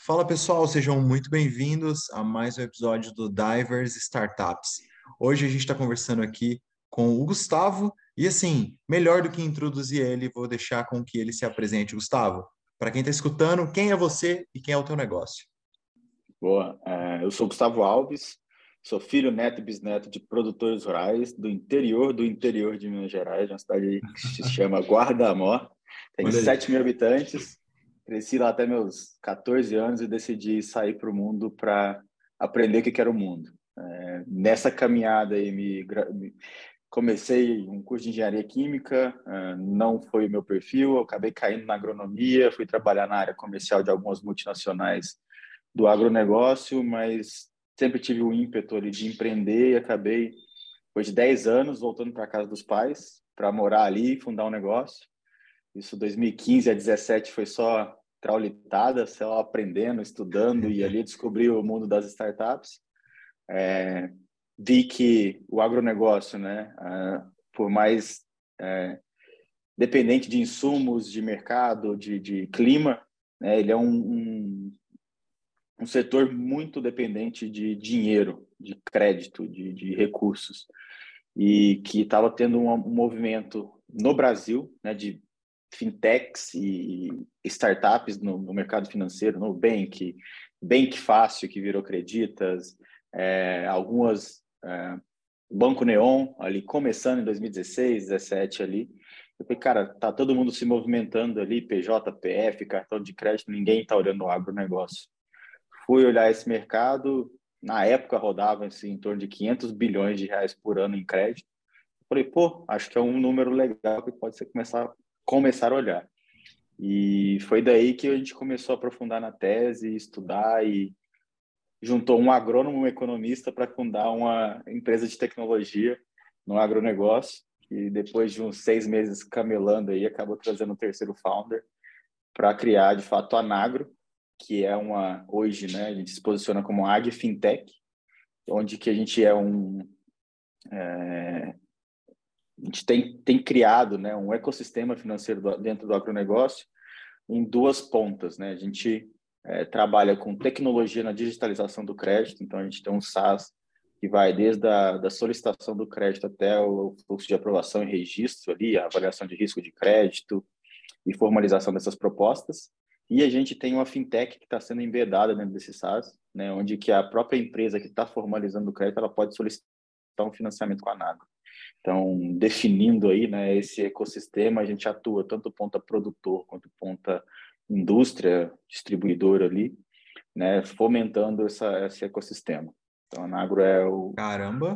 Fala pessoal, sejam muito bem-vindos a mais um episódio do Divers Startups. Hoje a gente está conversando aqui com o Gustavo e assim, melhor do que introduzir ele, vou deixar com que ele se apresente. Gustavo, para quem está escutando, quem é você e quem é o teu negócio? Boa. Eu sou Gustavo Alves, sou filho, neto e bisneto de produtores rurais do interior de Minas Gerais, uma cidade que se chama Guarda-Amor. Tem Olha aí. 7 mil habitantes. Cresci lá até meus 14 anos e decidi sair para o mundo para aprender o que era o mundo. Nessa caminhada aí, comecei um curso de engenharia química, não foi o meu perfil, eu acabei caindo na agronomia, fui trabalhar na área comercial de algumas multinacionais do agronegócio, mas sempre tive o ímpeto ali de empreender e acabei, depois de 10 anos, voltando para a casa dos pais, para morar ali e fundar um negócio. Isso 2015 a 17 foi só traulitada, só aprendendo, estudando e ali descobri o mundo das startups. Vi que o agronegócio, né, por mais dependente de insumos, de mercado, de clima, né, ele é um setor muito dependente de dinheiro, de crédito, de recursos, e que estava tendo um movimento no Brasil, né, de fintechs e startups no mercado financeiro, no Bank Fácil, que virou Creditas, algumas Banco Neon, ali começando em 2016, 17 ali. Eu falei, cara, tá todo mundo se movimentando ali, PJ, PF, cartão de crédito, ninguém tá olhando o agronegócio. Fui olhar esse mercado, na época rodava assim, em torno de 500 bilhões de reais por ano em crédito. Falei, pô, acho que é um número legal que pode ser começar a olhar. E foi daí que a gente começou a aprofundar na tese, estudar e juntou um agrônomo e um economista para fundar uma empresa de tecnologia no agronegócio. E depois de uns 6 meses camelando aí, acabou trazendo o terceiro founder para criar, de fato, a Nagro, que é hoje, né, a gente se posiciona como Ag Fintech, onde que a gente a gente tem criado, né, um ecossistema financeiro dentro do agronegócio em duas pontas, né? A gente trabalha com tecnologia na digitalização do crédito, então a gente tem um SaaS que vai desde da solicitação do crédito até o fluxo de aprovação e registro ali, a avaliação de risco de crédito e formalização dessas propostas. E a gente tem uma fintech que está sendo embedada dentro desse SaaS, né, onde que a própria empresa que está formalizando o crédito ela pode solicitar um financiamento com a Nagro. Então, definindo aí, né, esse ecossistema, a gente atua tanto ponta produtor quanto ponta indústria, distribuidora ali, né, fomentando esse ecossistema. Então, a Nagro é o... Caramba!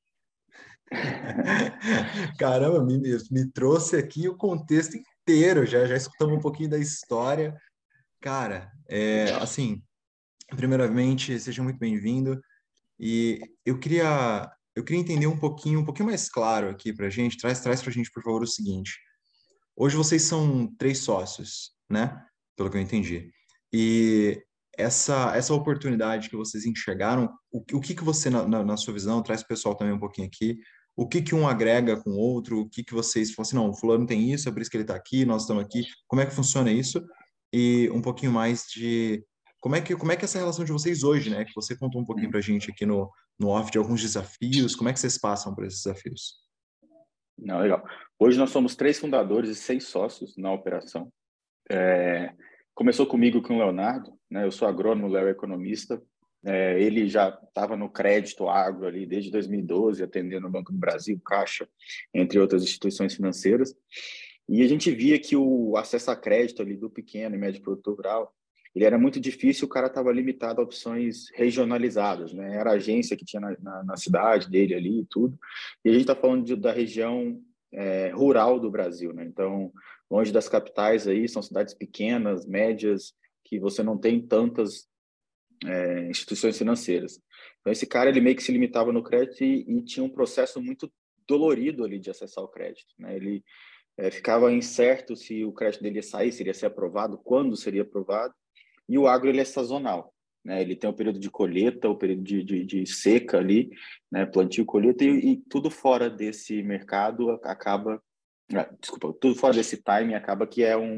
Caramba, me trouxe aqui o contexto inteiro, já escutamos um pouquinho da história. Cara, assim, primeiramente, seja muito bem-vindo. E eu queria entender um pouquinho mais claro aqui para a gente. Traz para a gente, por favor, o seguinte. Hoje vocês são três sócios, né? Pelo que eu entendi. E essa oportunidade que vocês enxergaram, o que que você, na sua visão, traz para o pessoal também um pouquinho aqui, o que que um agrega com o outro, o que que vocês falam assim, não, o fulano tem isso, é por isso que ele está aqui, nós estamos aqui, como é que funciona isso? E um pouquinho mais de como é que é essa relação de vocês hoje, né? Que você contou um pouquinho para a gente aqui no off de alguns desafios, como é que vocês passam por esses desafios? Não, legal. Hoje nós somos 3 fundadores e 6 sócios na operação. Começou comigo com o Leonardo, né? Eu sou agrônomo, o Léo é economista. Ele já estava no crédito agro ali desde 2012, atendendo o Banco do Brasil, Caixa, entre outras instituições financeiras. E a gente via que o acesso a crédito ali do pequeno e médio produtor rural, ele era muito difícil, o cara estava limitado a opções regionalizadas, né? Era a agência que tinha na cidade dele ali e tudo. E a gente está falando da região rural do Brasil, né? Então, longe das capitais aí, são cidades pequenas, médias, que você não tem tantas instituições financeiras. Então, esse cara, ele meio que se limitava no crédito e tinha um processo muito dolorido ali de acessar o crédito, né? Ele ficava incerto se o crédito dele ia sair, se iria ser aprovado, quando seria aprovado. E o agro, ele é sazonal, né? Ele tem o período de colheita, o período de seca ali, né? Plantio, colheita, e tudo fora desse mercado acaba... Desculpa, tudo fora desse time acaba que é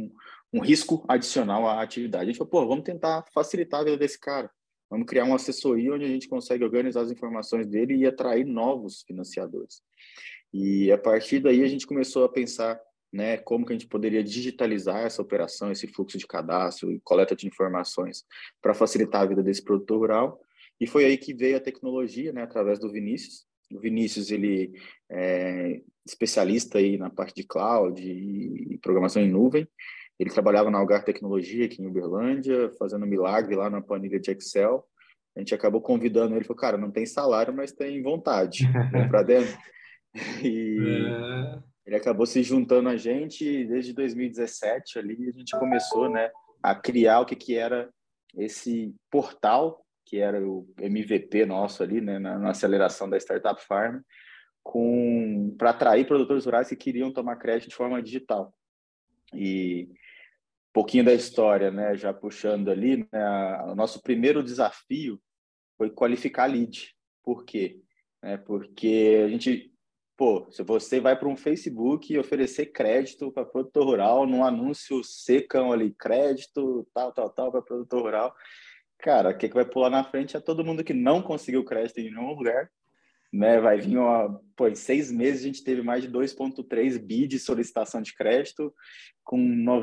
um risco adicional à atividade. A gente falou, pô, vamos tentar facilitar a vida desse cara. Vamos criar uma assessoria onde a gente consegue organizar as informações dele e atrair novos financiadores. E a partir daí a gente começou a pensar, né, como que a gente poderia digitalizar essa operação, esse fluxo de cadastro e coleta de informações para facilitar a vida desse produtor rural. E foi aí que veio a tecnologia, né, através do Vinícius. O Vinícius, ele é especialista aí na parte de cloud e programação em nuvem. Ele trabalhava na Algar Tecnologia aqui em Uberlândia, fazendo milagre lá na planilha de Excel. A gente acabou convidando ele, falou, cara, não tem salário, mas tem vontade, vem para dentro. E É, ele acabou se juntando a gente e desde 2017 ali a gente começou, né, a criar o que era esse portal, que era o MVP nosso ali, né, na aceleração da Startup Farm, para atrair produtores rurais que queriam tomar crédito de forma digital. E um pouquinho da história, né, já puxando ali, né, o nosso primeiro desafio foi qualificar lead. Por quê? Porque a gente, pô, se você vai para um Facebook e oferecer crédito para produtor rural, num anúncio secão ali, crédito, tal, para produtor rural, cara, o que vai pular na frente é todo mundo que não conseguiu crédito em nenhum lugar, né? Vai vir, pô, em 6 meses a gente teve mais de 2,3 bi de solicitação de crédito, com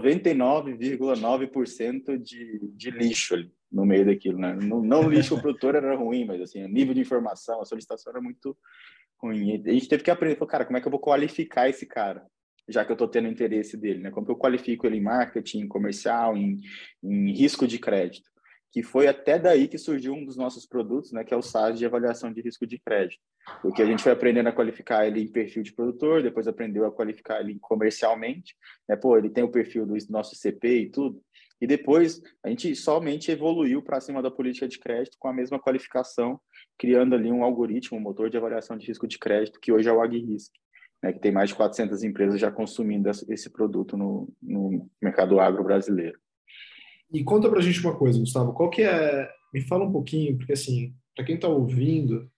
99,9% de lixo ali no meio daquilo, né? Não lixo o produtor era ruim, mas assim, o nível de informação, a solicitação era muito ruim. A gente teve que aprender, cara, como é que eu vou qualificar esse cara? Já que eu estou tendo interesse dele, né? Como que eu qualifico ele em marketing, comercial, em risco de crédito? Que foi até daí que surgiu um dos nossos produtos, né? Que é o SaaS de avaliação de risco de crédito. Porque a gente foi aprendendo a qualificar ele em perfil de produtor, depois aprendeu a qualificar ele comercialmente, né? Pô, ele tem o perfil do nosso CP e tudo. E depois a gente somente evoluiu para cima da política de crédito com a mesma qualificação, criando ali um algoritmo, um motor de avaliação de risco de crédito, que hoje é o AgRisk, né, que tem mais de 400 empresas já consumindo esse produto no mercado agro brasileiro. e conta pra gente uma coisa, Gustavo, qual que é... Me fala um pouquinho, porque assim, para quem está ouvindo,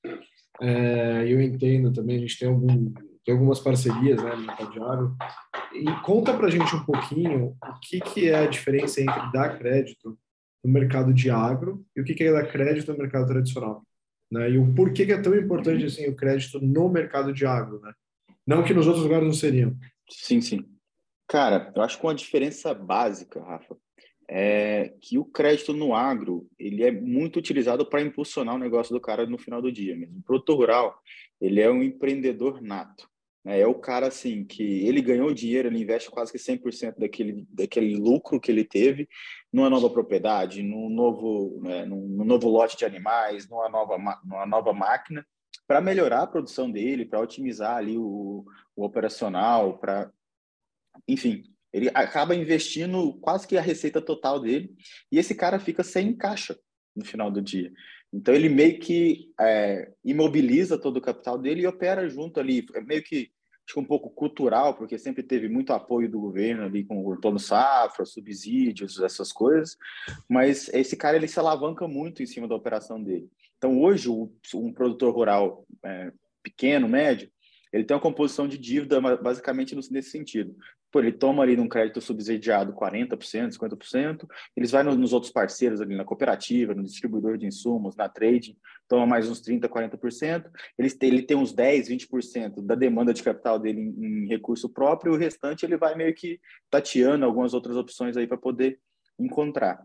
eu entendo também, a gente tem algumas parcerias, né, no mercado de agro, e conta pra gente um pouquinho o que é a diferença entre dar crédito no mercado de agro e o que é dar crédito no mercado tradicional, né? E o porquê que é tão importante assim o crédito no mercado de agro, né? Não que nos outros lugares não seriam. Sim, sim. Cara, eu acho que uma diferença básica, Rafa, é que o crédito no agro, ele é muito utilizado para impulsionar o negócio do cara no final do dia mesmo. O produtor rural, ele é um empreendedor nato, né? É o cara, assim, que ele ganhou dinheiro, ele investe quase que 100% daquele lucro que ele teve numa nova propriedade, num novo, né, num novo lote de animais, numa nova máquina, para melhorar a produção dele, para otimizar ali o operacional, para enfim, ele acaba investindo quase que a receita total dele e esse cara fica sem caixa no final do dia. Então ele meio que imobiliza todo o capital dele e opera junto ali. É meio que acho que um pouco cultural, porque sempre teve muito apoio do governo ali com o plano safra, subsídios, essas coisas. Mas esse cara ele se alavanca muito em cima da operação dele. Então hoje um produtor rural pequeno, médio, ele tem uma composição de dívida basicamente nesse sentido. Pô, ele toma ali num crédito subsidiado 40%, 50%, eles vai nos outros parceiros ali na cooperativa, no distribuidor de insumos, na trading, toma mais uns 30%, 40%, ele tem uns 10%, 20% da demanda de capital dele em recurso próprio, e o restante ele vai meio que tateando algumas outras opções aí para poder encontrar.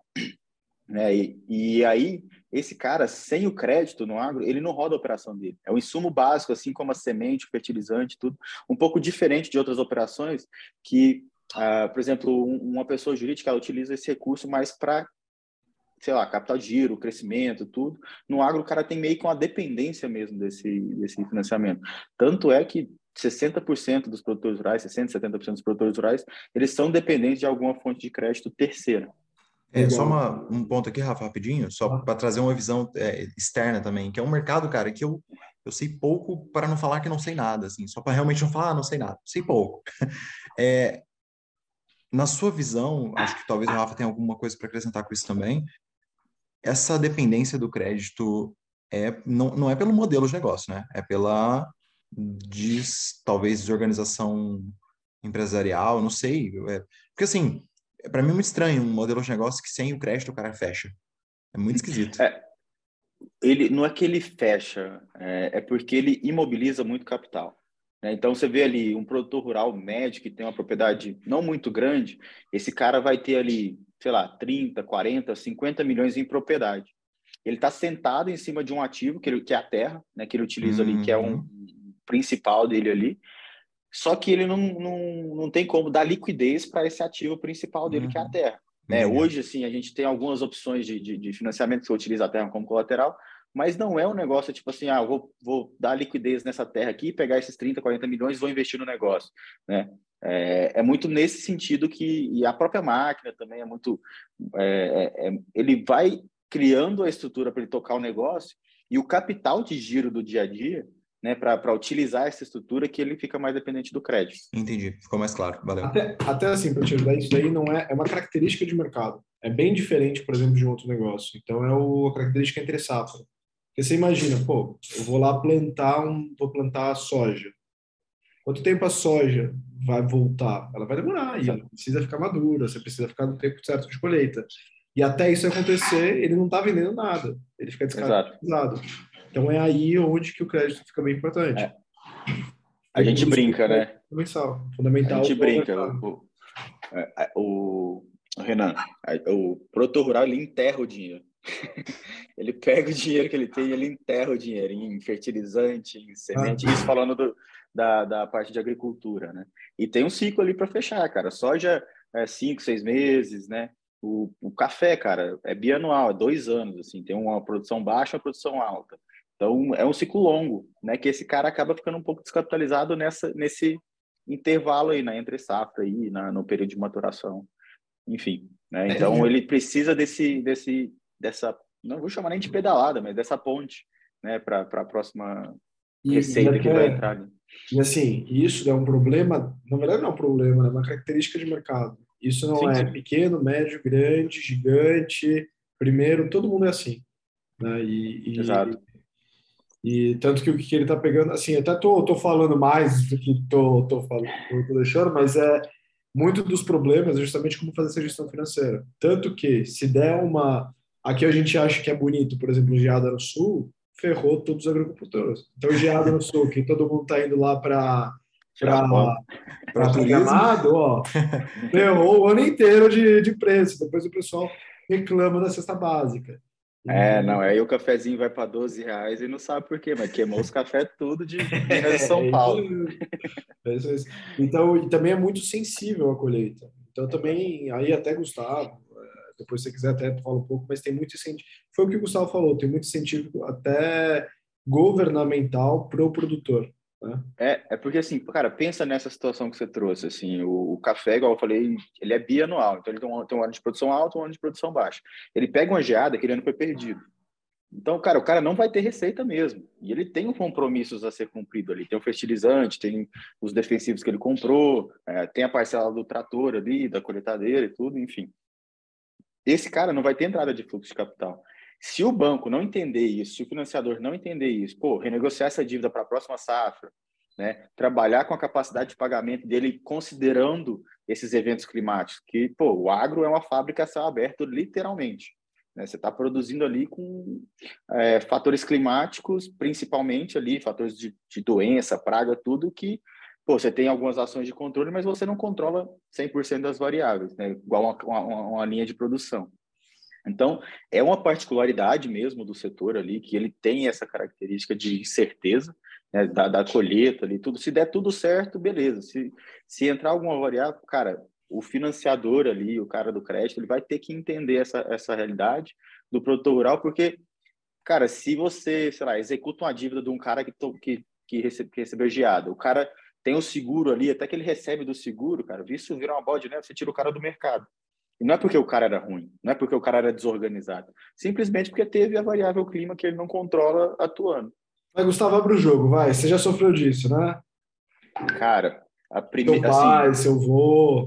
E aí, esse cara, sem o crédito no agro, ele não roda a operação dele. É um insumo básico, assim como a semente, o fertilizante, tudo. Um pouco diferente de outras operações que, por exemplo, uma pessoa jurídica, ela utiliza esse recurso mais para, sei lá, capital de giro, crescimento, tudo. No agro, o cara tem meio que uma dependência mesmo desse financiamento. Tanto é que 60% dos produtores rurais, 60%, 70% dos produtores rurais, eles são dependentes de alguma fonte de crédito terceira. Só Legal. um ponto aqui, Rafa, rapidinho, só para trazer uma visão externa também, que é um mercado, cara, que eu sei pouco para não falar que não sei nada, assim, só para realmente não falar, não sei nada, sei pouco. Na sua visão, acho que talvez o Rafa tenha alguma coisa para acrescentar com isso também, essa dependência do crédito não é pelo modelo de negócio, né? É pela, talvez, desorganização empresarial, não sei. Porque, assim, para mim é muito estranho um modelo de negócio que sem o crédito o cara fecha. É muito esquisito. Ele não é que ele fecha, é porque ele imobiliza muito capital, né? Então você vê ali um produtor rural médio que tem uma propriedade não muito grande, esse cara vai ter ali, sei lá, 30, 40, 50 milhões em propriedade. Ele está sentado em cima de um ativo que é a terra, né? Que ele utiliza ali, que é um principal dele ali. Só que ele não tem como dar liquidez para esse ativo principal dele, que é a terra. Né? Entendi. Hoje, assim, a gente tem algumas opções de financiamento que você utiliza a terra como colateral, mas não é um negócio tipo assim, vou dar liquidez nessa terra aqui, pegar esses 30, 40 milhões e vou investir no negócio. Né? É muito nesse sentido e a própria máquina também é muito... ele vai criando a estrutura para ele tocar o negócio e o capital de giro do dia a dia, né, para utilizar essa estrutura, que ele fica mais dependente do crédito. Entendi. Ficou mais claro. Valeu. Até assim, para te ajudar, isso daí não é uma característica de mercado. É bem diferente, por exemplo, de um outro negócio. Então, a característica entre safra. Porque você imagina, pô, eu vou lá vou plantar soja. Quanto tempo a soja vai voltar? Ela vai demorar, e ela precisa ficar madura, você precisa ficar no tempo certo de colheita. E até isso acontecer, ele não está vendendo nada, ele fica descaracterizado. Então é aí onde que o crédito fica bem importante. A gente brinca, né? Fundamental. A gente brinca. O Renan, o produtor rural, ele enterra o dinheiro. Ele pega o dinheiro que ele tem e ele enterra o dinheiro em fertilizante, em semente. Isso falando da parte de agricultura, né? E tem um ciclo ali para fechar, cara. Soja é 5, 6 meses, né? O café, cara, é bianual, é 2 anos, assim. Tem uma produção baixa, uma produção alta. Então, é um ciclo longo, né? Que esse cara acaba ficando um pouco descapitalizado nesse intervalo aí, né? Entre safra aí, no período de maturação. Enfim, né? Então, ele precisa dessa, não vou chamar nem de pedalada, mas dessa ponte, né? Para a próxima receita que ele vai entrar ali. E assim, isso é um problema, na verdade não é um problema, é uma característica de mercado. Isso não é pequeno, médio, grande, gigante, primeiro, todo mundo é assim. Né? Exato. E tanto que o que ele está pegando, assim, até tô falando mais do que tô deixando, mas muito dos problemas é justamente como fazer essa gestão financeira. Tanto que se der aqui a gente acha que é bonito, por exemplo, geada no sul, ferrou todos os agricultores. Então, geada no sul, que todo mundo está indo lá para Gramado, ó, ferrou o ano inteiro de preço. Depois o pessoal reclama da cesta básica. Não, aí o cafezinho vai para R$ 12 e não sabe por quê, mas queimou os cafés tudo de Minas e São Paulo. Isso. Então, e também é muito sensível a colheita. Então, também, aí até Gustavo, depois se você quiser até fala um pouco, mas tem muito incentivo. Foi o que o Gustavo falou, tem muito incentivo até governamental para o produtor. Né? É porque assim, cara, pensa nessa situação que você trouxe, assim, o café, igual eu falei, ele é bianual, então ele tem um ano de produção alta, um ano de produção baixa. Ele pega uma geada que ele ano foi perdido. Então, cara, o cara não vai ter receita mesmo. E ele tem compromissos a ser cumprido ali. Tem o fertilizante, tem os defensivos que ele comprou, tem a parcela do trator ali, da colheitadeira e tudo, enfim. Esse cara não vai ter entrada de fluxo de capital. Se o banco não entender isso, se o financiador não entender isso, renegociar essa dívida para a próxima safra, né? Trabalhar com a capacidade de pagamento dele considerando esses eventos climáticos, que, o agro é uma fábrica a céu aberto, literalmente. Né? Você está produzindo ali com fatores climáticos, principalmente ali, fatores de doença, praga, tudo que você tem algumas ações de controle, mas você não controla 100% das variáveis, né? Igual uma linha de produção. Então, é uma particularidade mesmo do setor ali, que ele tem essa característica de incerteza, né, da colheita ali, tudo. Se der tudo certo, beleza. Se entrar alguma variável, cara, o financiador ali, o cara do crédito, ele vai ter que entender essa realidade do produtor rural, porque, cara, se você, sei lá, executa uma dívida de um cara que recebeu geada, o cara tem o seguro ali, até que ele recebe do seguro, cara, isso vira uma bola de neve, você tira o cara do mercado. E não é porque o cara era ruim, não é porque o cara era desorganizado, simplesmente porque teve a variável clima que ele não controla atuando. Vai, Gustavo, abre o jogo, vai. Você já sofreu disso, né? Cara, a primeira... Seu pai, assim, seu vô...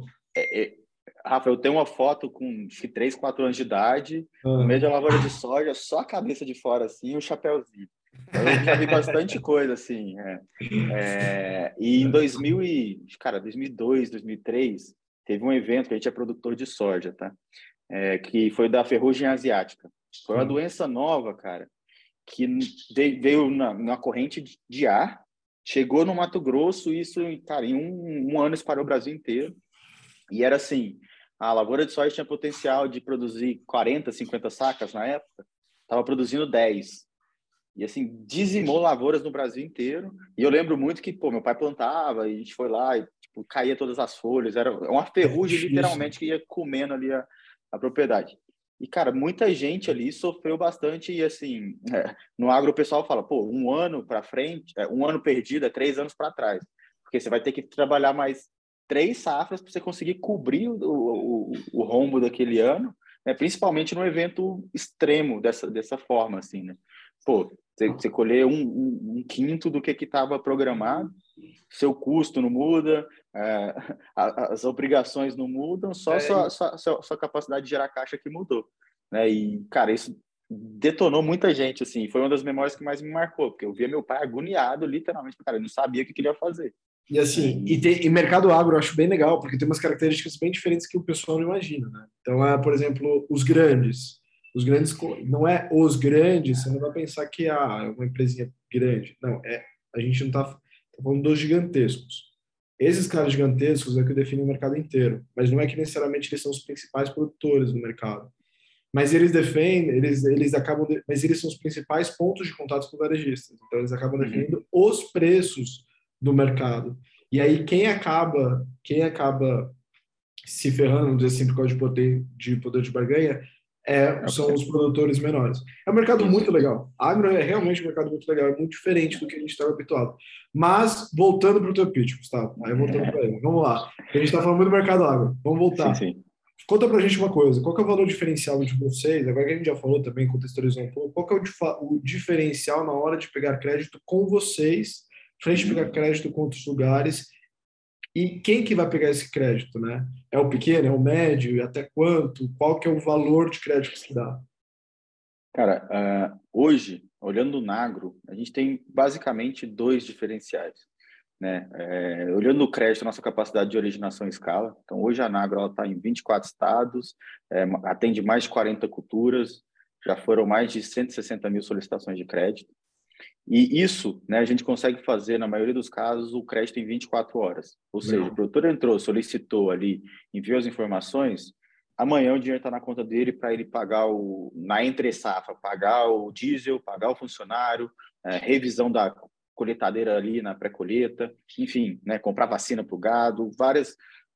Rafa, eu tenho uma foto com 3, 4 anos de idade, no meio de uma lavoura de soja, só a cabeça de fora, assim, e o chapéuzinho. Então, eu já vi bastante coisa, assim. E em 2002, 2003, teve um evento que a gente é produtor de soja, tá? Que foi da ferrugem asiática. Foi uma doença nova, cara, que veio na corrente de ar, chegou no Mato Grosso, isso, cara, em um ano espalhou o Brasil inteiro. E era assim, a lavoura de soja tinha potencial de produzir 40, 50 sacas na época, estava produzindo 10. E assim, dizimou lavouras no Brasil inteiro. E eu lembro muito que, pô, meu pai plantava, e a gente foi lá e tipo, caía todas as folhas. Era uma ferrugem, literalmente, que ia comendo ali a propriedade. E, cara, muita gente ali sofreu bastante. E, assim, no agro o pessoal fala, pô, um ano para frente, um ano perdido é 3 anos para trás. Porque você vai ter que trabalhar mais 3 safras para você conseguir cobrir o rombo daquele ano, né? Principalmente no evento extremo dessa forma, assim, né? Pô, você colher um quinto do que estava programado, seu custo não muda, as obrigações não mudam, só sua capacidade de gerar caixa que mudou, né? E, cara, isso detonou muita gente, assim, foi uma das memórias que mais me marcou, porque eu via meu pai agoniado, literalmente, cara, ele não sabia o que ele ia fazer. E assim, e mercado agro eu acho bem legal, porque tem umas características bem diferentes que o pessoal não imagina, né? Então, por exemplo, os grandes não é os grandes, você não vai pensar que é uma empresinha grande. Não, a gente não tá falando dos gigantescos. Esses caras gigantescos é que definem o mercado inteiro, mas não é que necessariamente eles são os principais produtores do mercado. Mas eles defendem, eles acabam, mas eles são os principais pontos de contato com os varejistas. Então eles acabam definindo os preços do mercado. E aí quem acaba se ferrando, vamos dizer assim, por causa de poder de barganha, são os produtores menores. É um mercado muito legal. Agro é realmente um mercado muito legal, é muito diferente do que a gente estava habituado. Mas, voltando para o teu pitch, Gustavo, aí voltando para ele, vamos lá. A gente está falando muito do mercado agro, vamos voltar. Sim. Conta pra gente uma coisa, qual que é o valor diferencial de vocês? Agora que a gente já falou também, contextualizou um pouco, qual que é o diferencial na hora de pegar crédito com vocês, frente a pegar crédito com outros lugares, e quem que vai pegar esse crédito, né? É o pequeno, é o médio, e até quanto? Qual que é o valor de crédito que se dá? Cara, hoje, olhando no agro, a gente tem basicamente 2 diferenciais, né? Olhando no crédito, nossa capacidade de originação em escala. Então, hoje a Nagro está em 24 estados, atende mais de 40 culturas, já foram mais de 160 mil solicitações de crédito. E isso, né, a gente consegue fazer, na maioria dos casos, o crédito em 24 horas. Ou seja, o produtor entrou, solicitou ali, enviou as informações, amanhã o dinheiro está na conta dele para ele pagar na entre-safra, pagar o diesel, pagar o funcionário, revisão da colheitadeira ali na pré-colheita, enfim, né, comprar vacina para o gado, várias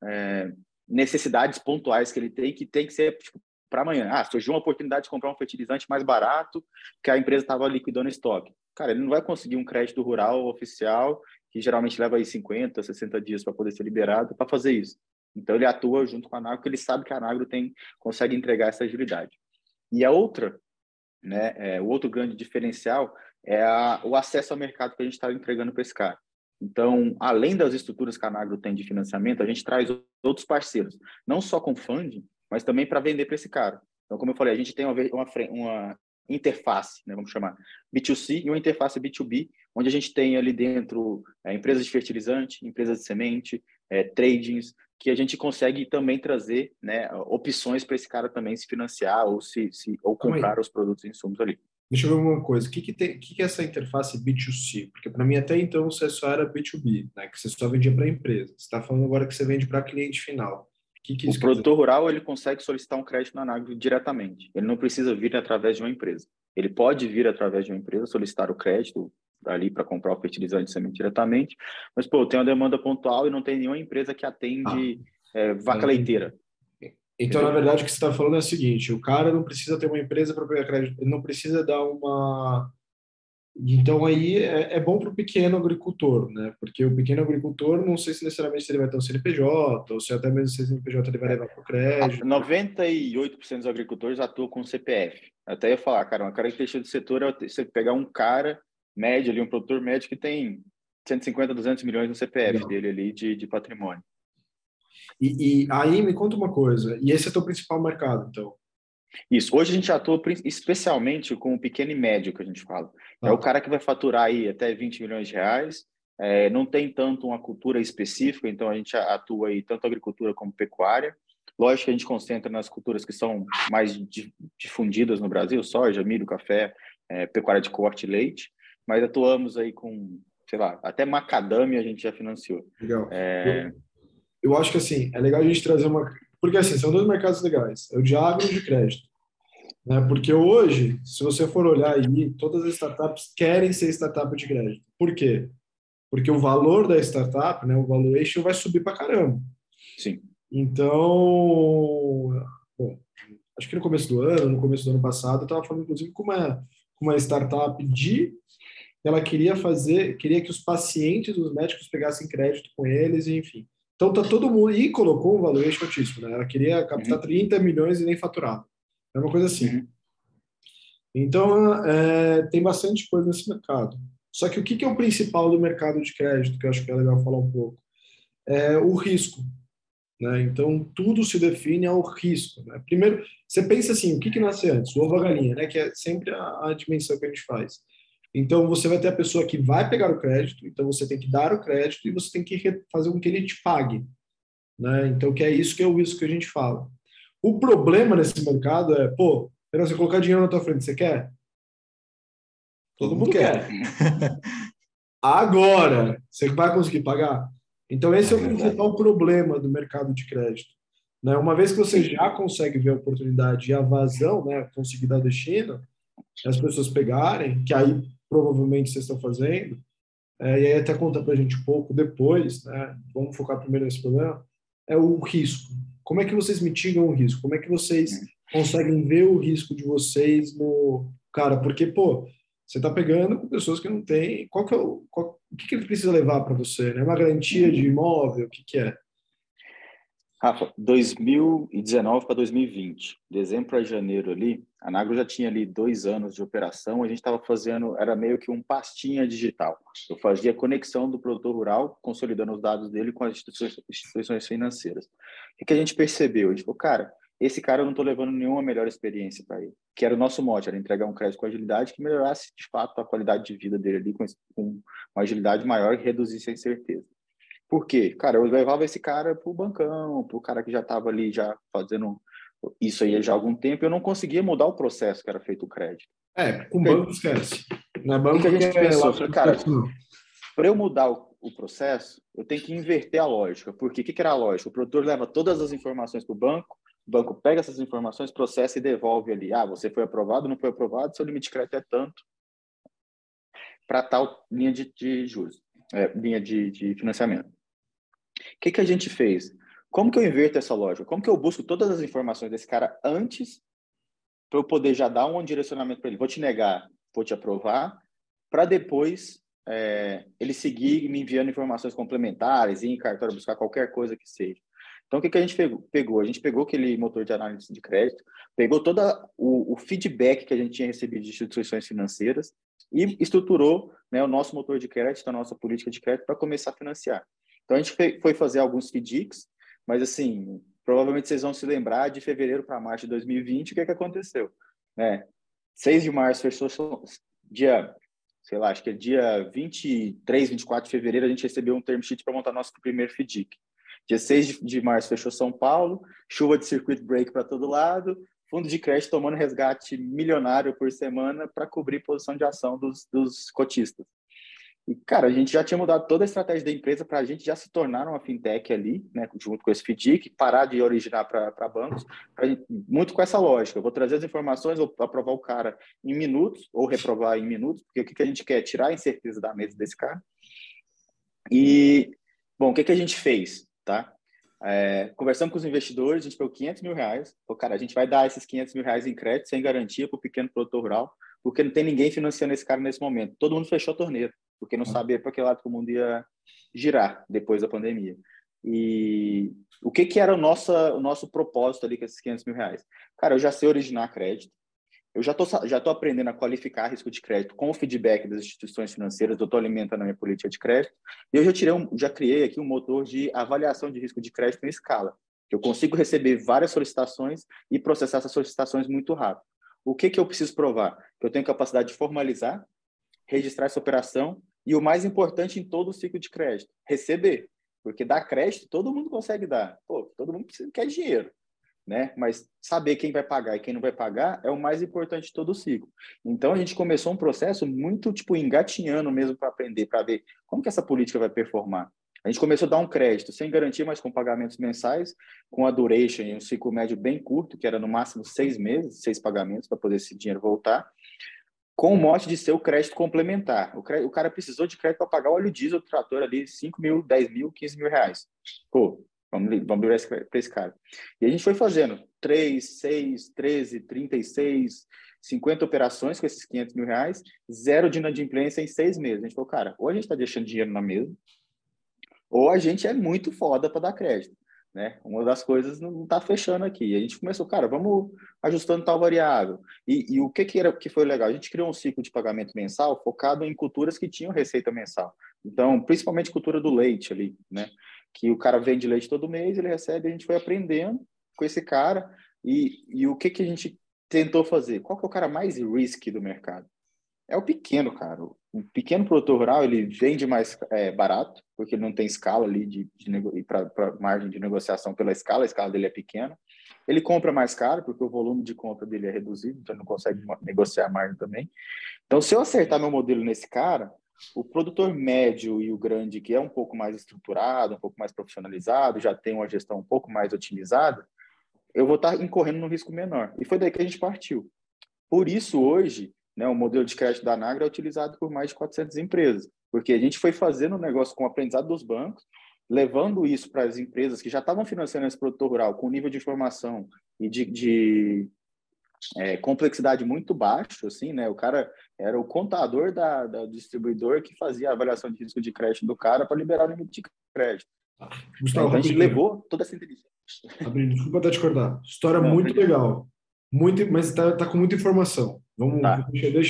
necessidades pontuais que ele tem que ser tipo, para amanhã. Surgiu uma oportunidade de comprar um fertilizante mais barato que a empresa estava liquidando estoque. Cara, ele não vai conseguir um crédito rural oficial, que geralmente leva aí 50, 60 dias para poder ser liberado, para fazer isso. Então, ele atua junto com a Anagro, porque ele sabe que a Anagro consegue entregar essa agilidade. E a outra, né, o outro grande diferencial é o acesso ao mercado que a gente está entregando para esse cara. Então, além das estruturas que a Anagro tem de financiamento, a gente traz outros parceiros, não só com funding, mas também para vender para esse cara. Então, como eu falei, a gente tem uma interface, né, vamos chamar, B2C e uma interface B2B, onde a gente tem ali dentro empresas de fertilizante, empresas de semente, tradings, que a gente consegue também trazer, né, opções para esse cara também se financiar ou comprar os produtos e insumos ali. Deixa eu ver uma coisa. O que é essa interface B2C? Porque para mim até então você só era B2B, né? Que você só vendia para a empresa. Você está falando agora que você vende para cliente final. O produtor rural ele consegue solicitar um crédito na Anagro diretamente. Ele não precisa vir através de uma empresa. Ele pode vir através de uma empresa, solicitar o crédito ali para comprar o fertilizante de semente diretamente, mas, tem uma demanda pontual e não tem nenhuma empresa que atende vaca leiteira. Então, na verdade, o que você está falando é o seguinte, o cara não precisa ter uma empresa para pegar crédito, ele não precisa dar uma... Então, aí é bom para o pequeno agricultor, né? Porque o pequeno agricultor, não sei se necessariamente ele vai ter um CNPJ, ou se até mesmo se o CNPJ ele vai levar para o crédito. 98% dos agricultores atuam com CPF. Até ia falar, cara, uma característica do setor é você pegar um cara médio ali, um produtor médio que tem 150, 200 milhões no CPF dele ali de patrimônio. E aí me conta uma coisa, e esse é o teu principal mercado, então? Isso. Hoje a gente atua especialmente com o pequeno e médio, que a gente fala. É o cara que vai faturar aí até 20 milhões de reais, não tem tanto uma cultura específica, então a gente atua aí tanto agricultura como pecuária. Lógico que a gente concentra nas culturas que são mais difundidas no Brasil, soja, milho, café, pecuária de corte e leite, mas atuamos aí com, sei lá, até macadâmia a gente já financiou. Legal. Eu acho que assim, é legal a gente trazer uma. Porque assim, são dois mercados legais: é o de agro e o de crédito. Né? Porque hoje, se você for olhar aí, todas as startups querem ser startup de crédito. Por quê? Porque o valor da startup, né, o valuation vai subir para caramba. Sim. Então, bom, acho que no começo do ano passado, eu estava falando inclusive com uma startup ela queria que os pacientes, os médicos pegassem crédito com eles, enfim. Então tá todo mundo, e colocou um valuation altíssimo, né? Ela queria captar 30 milhões e nem faturava. É uma coisa assim. Então, tem bastante coisa nesse mercado. Só que o que é o principal do mercado de crédito, que eu acho que é legal falar um pouco? É o risco. Né? Então, tudo se define ao risco. Né? Primeiro, você pensa assim, o que nasce antes? O ovo ou a galinha, né? Que é sempre a dimensão que a gente faz. Então, você vai ter a pessoa que vai pegar o crédito, então você tem que dar o crédito e você tem que fazer com que ele te pague. Né? Então, que é isso que é o risco que a gente fala. O problema nesse mercado é, pô, você colocar dinheiro na tua frente, você quer? Todo mundo quer. Agora, você vai conseguir pagar? Então, esse é o principal problema do mercado de crédito. Né? Uma vez que você já consegue ver a oportunidade e a vazão, né, conseguir dar destino, as pessoas pegarem, que aí provavelmente vocês estão fazendo, e aí até conta para a gente um pouco depois, né? Vamos focar primeiro nesse problema, é o risco. Como é que vocês mitigam o risco? Como é que vocês conseguem ver o risco de vocês no... Cara, porque, pô, você está pegando com pessoas que não têm... o que ele precisa levar para você? Né? Uma garantia de imóvel? O que é? Rafa, 2019 para 2020, dezembro para janeiro ali, a Nagro já tinha ali 2 anos de operação, a gente estava fazendo, era meio que um pastinha digital. Eu fazia a conexão do produtor rural, consolidando os dados dele com as instituições financeiras. O que a gente percebeu? A gente falou, cara, esse cara eu não estou levando nenhuma melhor experiência para ele, que era o nosso mote, era entregar um crédito com agilidade que melhorasse, de fato, a qualidade de vida dele ali com uma agilidade maior e reduzisse a incerteza. Por quê? Cara, eu levava esse cara pro bancão, pro cara que já estava ali já fazendo isso aí já há algum tempo, eu não conseguia mudar o processo que era feito o crédito. Com banco esquece. Na banco que a gente pensou, falei, cara, para eu mudar o processo, eu tenho que inverter a lógica. Porque o que era a lógica? O produtor leva todas as informações para o banco pega essas informações, processa e devolve ali. Ah, você foi aprovado, não foi aprovado, seu limite de crédito é tanto para tal linha de juros, linha de financiamento. O que a gente fez? Como que eu inverto essa lógica? Como que eu busco todas as informações desse cara antes para eu poder já dar um direcionamento para ele? Vou te negar, vou te aprovar, para depois ele seguir me enviando informações complementares, ir em cartório buscar qualquer coisa que seja. Então, o que a gente pegou? A gente pegou aquele motor de análise de crédito, pegou todo o feedback que a gente tinha recebido de instituições financeiras e estruturou, né, o nosso motor de crédito, a nossa política de crédito para começar a financiar. Então, a gente foi fazer alguns FDICs, mas, assim, provavelmente vocês vão se lembrar de fevereiro para março de 2020, o que aconteceu? 6 de março fechou dia, sei lá, acho que é dia 23, 24 de fevereiro, a gente recebeu um term sheet para montar nosso primeiro FDIC. Dia 6 de março fechou São Paulo, chuva de circuit break para todo lado, fundo de crédito tomando resgate milionário por semana para cobrir posição de ação dos cotistas. E, cara, a gente já tinha mudado toda a estratégia da empresa para a gente já se tornar uma fintech ali, né, junto com esse FDIC, parar de originar para bancos, muito com essa lógica. Eu vou trazer as informações, vou aprovar o cara em minutos, ou reprovar em minutos, porque o que a gente quer é tirar a incerteza da mesa desse cara. E, bom, o que a gente fez, tá? Conversamos com os investidores, a gente pegou R$500 mil. Falou, cara, a gente vai dar esses R$500 mil em crédito, sem garantia para o pequeno produtor rural, porque não tem ninguém financiando esse cara nesse momento. Todo mundo fechou a torneira, porque não sabia para que lado que o mundo ia girar depois da pandemia. E o que era o nosso propósito ali com esses R$500 mil? Cara, eu já sei originar crédito, eu já tô aprendendo a qualificar risco de crédito com o feedback das instituições financeiras, eu estou alimentando a minha política de crédito, e eu já criei aqui um motor de avaliação de risco de crédito em escala. Eu consigo receber várias solicitações e processar essas solicitações muito rápido. O que eu preciso provar? Que eu tenho capacidade de formalizar, registrar essa operação E o mais importante em todo o ciclo de crédito, receber. Porque dar crédito, todo mundo consegue dar. Pô, todo mundo quer dinheiro, né? Mas saber quem vai pagar e quem não vai pagar é o mais importante de todo o ciclo. Então, a gente começou um processo muito, tipo, engatinhando mesmo para aprender, para ver como que essa política vai performar. A gente começou a dar um crédito sem garantia, mas com pagamentos mensais, com a duration e um ciclo médio bem curto, que era no máximo 6 meses, 6 pagamentos, para poder esse dinheiro voltar, com o mote de ser o crédito complementar. O cara precisou de crédito para pagar o óleo diesel do trator ali, 5 mil, 10 mil, 15 mil reais. Pô, vamos virar para esse cara. E a gente foi fazendo 3, 6, 13, 36, 50 operações com esses 500 mil reais, zero de inadimplência em 6 meses. A gente falou, cara, ou a gente está deixando dinheiro na mesa, ou a gente é muito foda para dar crédito, né? Uma das coisas não está fechando aqui. A gente começou, cara, vamos ajustando tal variável. E o que foi legal? A gente criou um ciclo de pagamento mensal focado em culturas que tinham receita mensal. Então, principalmente cultura do leite ali, né? Que o cara vende leite todo mês, ele recebe, a gente foi aprendendo com esse cara. E o que a gente tentou fazer? Qual que é o cara mais risky do mercado? É o pequeno, cara. O pequeno produtor rural, ele vende mais barato, porque ele não tem escala ali para margem de negociação pela escala, a escala dele é pequena. Ele compra mais caro, porque o volume de compra dele é reduzido, então ele não consegue negociar a margem também. Então, se eu acertar meu modelo nesse cara, o produtor médio e o grande, que é um pouco mais estruturado, um pouco mais profissionalizado, já tem uma gestão um pouco mais otimizada, eu vou estar incorrendo num risco menor. E foi daí que a gente partiu. Por isso, hoje, né, o modelo de crédito da Nagra é utilizado por mais de 400 empresas, porque a gente foi fazendo um negócio com o aprendizado dos bancos, levando isso para as empresas que já estavam financiando esse produtor rural com nível de informação e de complexidade muito baixo, assim, né? O cara era o contador da distribuidor que fazia a avaliação de risco de crédito do cara para liberar o limite de crédito. Gustavo, Então, a gente rapidinho. levou toda essa inteligência. Desculpa até te cortar. História Não, muito legal. Muito, mas tá com muita informação. tá.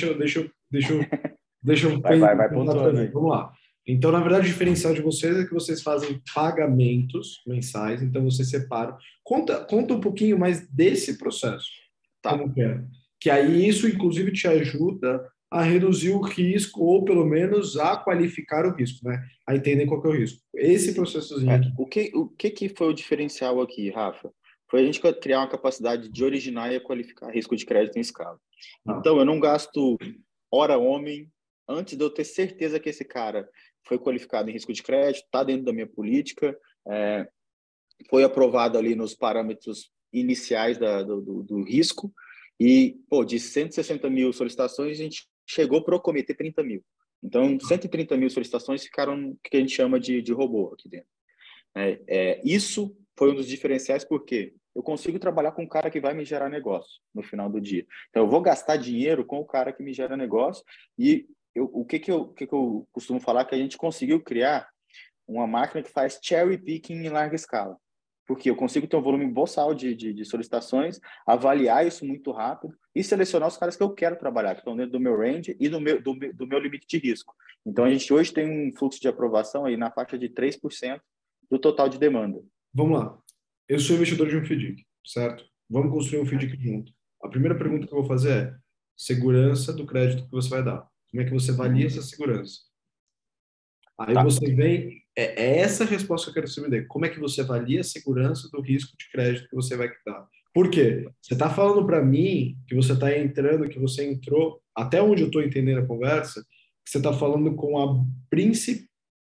Deixa eu Vai pensar pontuando também. aí. Vamos lá. Então, na verdade, o diferencial de vocês é que vocês fazem pagamentos mensais, então vocês separam. Conta um pouquinho mais desse processo. Tá. Como que é? Que aí isso, inclusive, te ajuda a reduzir o risco, ou pelo menos a qualificar o risco, né? A entender qual que é o risco. Esse processozinho aqui. O que foi o diferencial aqui, Rafa? Foi a gente criar uma capacidade de originar e qualificar risco de crédito em escala. Ah, Então, eu não gasto hora homem antes de eu ter certeza que esse cara foi qualificado em risco de crédito, está dentro da minha política, foi aprovado ali nos parâmetros iniciais do risco, e, pô, de 160 mil solicitações, a gente chegou para cometer 30 mil. Então, 130 mil solicitações ficaram o que a gente chama de robô aqui dentro. Isso foi um dos diferenciais, porque eu consigo trabalhar com um cara que vai me gerar negócio no final do dia. Então, eu vou gastar dinheiro com o cara que me gera negócio, e o que eu costumo falar que a gente conseguiu criar uma máquina que faz cherry picking em larga escala. Porque eu consigo ter um volume boçal de solicitações, avaliar isso muito rápido e selecionar os caras que eu quero trabalhar, que estão dentro do meu range e do meu limite de risco. Então, a gente hoje tem um fluxo de aprovação aí na faixa de 3% do total de demanda. vamos lá. Eu sou investidor de um FDIC, certo? Vamos construir um FDIC junto. A primeira pergunta que eu vou fazer é segurança do crédito que você vai dar. Como é que você avalia essa segurança? Aí Tá. você vem... É essa a resposta que eu quero que você me dê. Como é que você avalia a segurança do risco de crédito que você vai dar? Por quê? Você está falando para mim que você está entrando, que você entrou, até onde eu estou entendendo a conversa, que você está falando com a principal...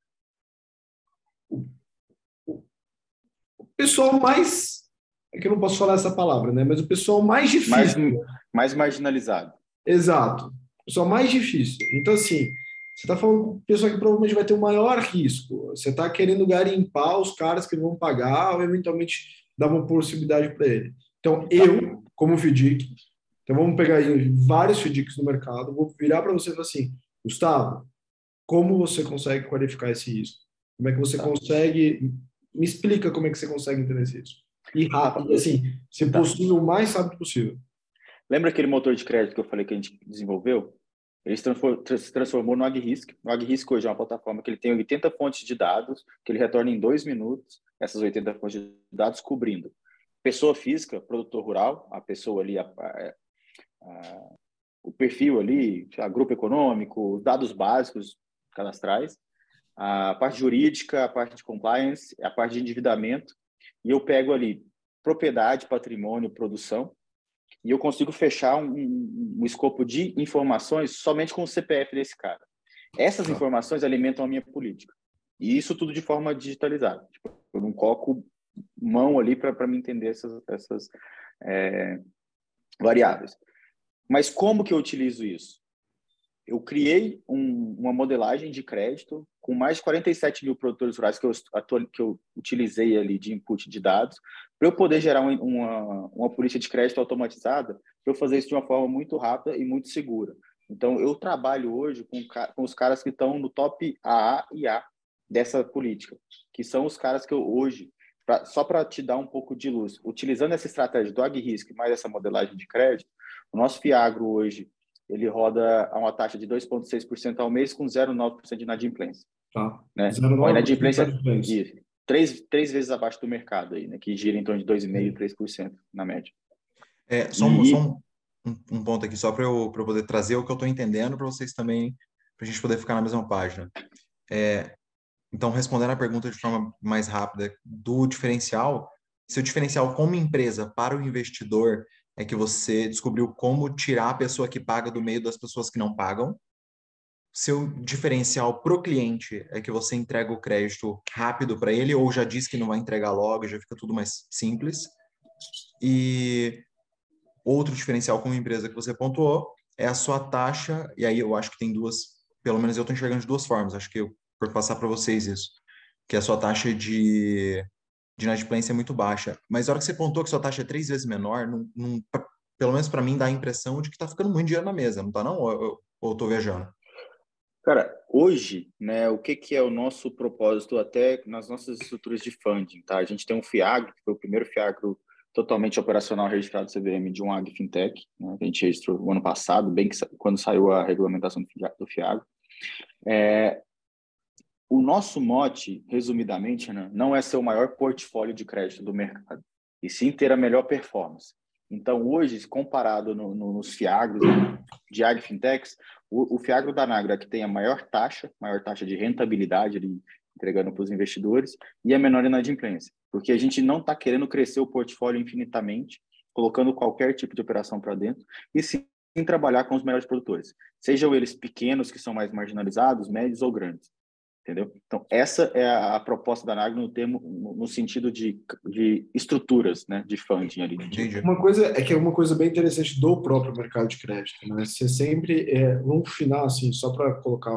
O pessoal mais... É que eu não posso falar essa palavra, né? Mas o pessoal mais mais, difícil. mais marginalizado. Exato. O pessoal mais difícil. Então, assim, você está falando com o pessoal que provavelmente vai ter o maior risco. Você está querendo garimpar os caras que vão pagar ou eventualmente dar uma possibilidade para ele. Então, eu, como FDIC, então vamos pegar aí vários FDICs no mercado, vou virar para você e falar assim, Gustavo, como você consegue qualificar esse risco? Como é que você consegue... Me explica como é que você consegue entender esse risco. E rápido, assim, se possível, o mais rápido possível. Lembra aquele motor de crédito que eu falei que a gente desenvolveu? Ele se transformou no AgRisk. O AgRisk hoje é uma plataforma que ele tem 80 fontes de dados, que ele retorna em 2 minutos, essas 80 fontes de dados cobrindo pessoa física, produtor rural, a pessoa ali, o perfil ali, grupo econômico, dados básicos, cadastrais, a parte jurídica, a parte de compliance, a parte de endividamento, e eu pego ali propriedade, patrimônio, produção, e eu consigo fechar um escopo de informações somente com o CPF desse cara. Essas informações alimentam a minha política. E isso tudo de forma digitalizada. Tipo, eu não coloco mão ali para me entender essas variáveis. Mas como que eu utilizo isso? Eu criei uma modelagem de crédito com mais de 47 mil produtores rurais que eu utilizei ali de input de dados para eu poder gerar uma política de crédito automatizada para eu fazer isso de uma forma muito rápida e muito segura. Então, eu trabalho hoje com os caras que estão no top AA e A dessa política, que são os caras que eu hoje, só para te dar um pouco de luz, utilizando essa estratégia do AgRisk mais essa modelagem de crédito, o nosso Fiagro hoje, ele roda a uma taxa de 2,6% ao mês com 0,9% de inadimplência. Tá. Né? 0,9% a inadimplência de três vezes abaixo do mercado, aí, né? Que gira em torno de 2,5% e 3% na média. Só um ponto aqui, só para eu poder trazer o que eu estou entendendo para vocês também, para a gente poder ficar na mesma página. Então, respondendo a pergunta de forma mais rápida, do diferencial, se o diferencial como empresa para o investidor é que você descobriu como tirar a pessoa que paga do meio das pessoas que não pagam, seu diferencial para o cliente é que você entrega o crédito rápido para ele, ou já diz que não vai entregar logo, já fica tudo mais simples. E outro diferencial como empresa que você pontuou é a sua taxa, e aí eu acho que tem duas, pelo menos eu estou enxergando de duas formas, acho que eu vou passar para vocês isso, que a sua taxa de inadimplência é muito baixa. Mas a hora que você pontuou que sua taxa é 3 vezes menor, pelo menos para mim dá a impressão de que está ficando muito dinheiro na mesa, não está não? Ou estou viajando? Cara, hoje, né, o que é o nosso propósito até nas nossas estruturas de funding, tá? A gente tem um Fiagro, que foi o primeiro Fiagro totalmente operacional registrado no CVM de um AgFintech, né, que a gente registrou o ano passado, bem que quando saiu a regulamentação do Fiagro. O nosso mote, resumidamente, né, não é ser o maior portfólio de crédito do mercado, e sim ter a melhor performance. Então, hoje, comparado nos Fiagros de AgFintechs, o Fiagro da Nagra que tem a maior taxa de rentabilidade ali, entregando para os investidores, e a menor inadimplência. Porque a gente não está querendo crescer o portfólio infinitamente, colocando qualquer tipo de operação para dentro, e sim trabalhar com os melhores produtores. Sejam eles pequenos, que são mais marginalizados, médios ou grandes. Entendeu? Então, essa é a proposta da Nagro no sentido de estruturas, né, de funding ali. Uma coisa bem interessante do próprio mercado de crédito, né? Você sempre, no final, assim, só para colocar,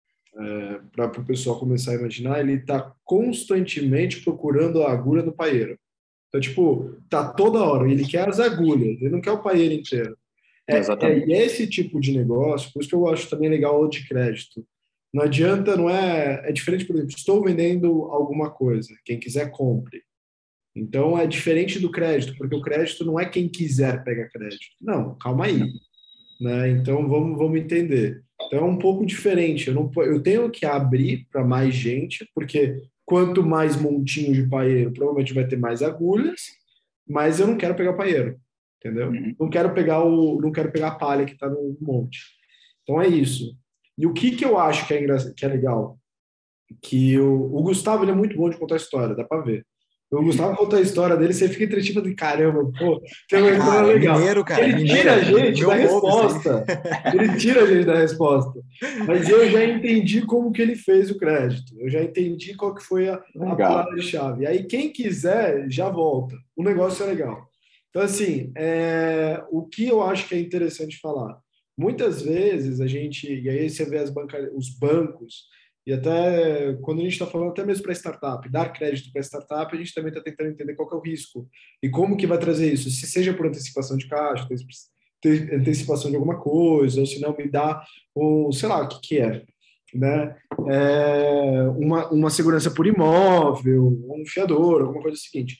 para o pessoal começar a imaginar, ele está constantemente procurando a agulha no paeiro. Então, tipo, tá toda hora, ele quer as agulhas, ele não quer o paeiro inteiro. Exatamente. Esse tipo de negócio, por isso que eu acho também legal o de crédito. Não adianta, não é... É diferente, por exemplo, estou vendendo alguma coisa, quem quiser compre. Então, é diferente do crédito, porque o crédito não é quem quiser pegar crédito. Não, calma aí. Né? Então, vamos entender. Então, é um pouco diferente. Eu tenho que abrir para mais gente, porque quanto mais montinho de paeiro, provavelmente vai ter mais agulhas, mas eu não quero pegar paeiro, entendeu? Não quero pegar a palha que está no monte. Então, é isso. E o que eu acho que é legal? Que o Gustavo, ele é muito bom de contar história, dá para ver. O Gustavo conta a história dele, você fica entretido de caramba, pô, tem uma história legal. Mineiro, cara, ele tira a gente da povo, resposta. Ele tira a gente da resposta. Mas eu já entendi como que ele fez o crédito. Eu já entendi qual que foi a palavra-chave. Aí quem quiser, já volta. O negócio é legal. Então, assim, o que eu acho que é interessante falar. Muitas vezes a gente, e aí você vê os bancos, e até quando a gente está falando até mesmo para startup, dar crédito para startup, a gente também está tentando entender qual que é o risco e como que vai trazer isso, se seja por antecipação de caixa, antecipação de alguma coisa, ou se não me dá, ou sei lá o que é, né? Uma segurança por imóvel, um fiador, alguma coisa seguinte.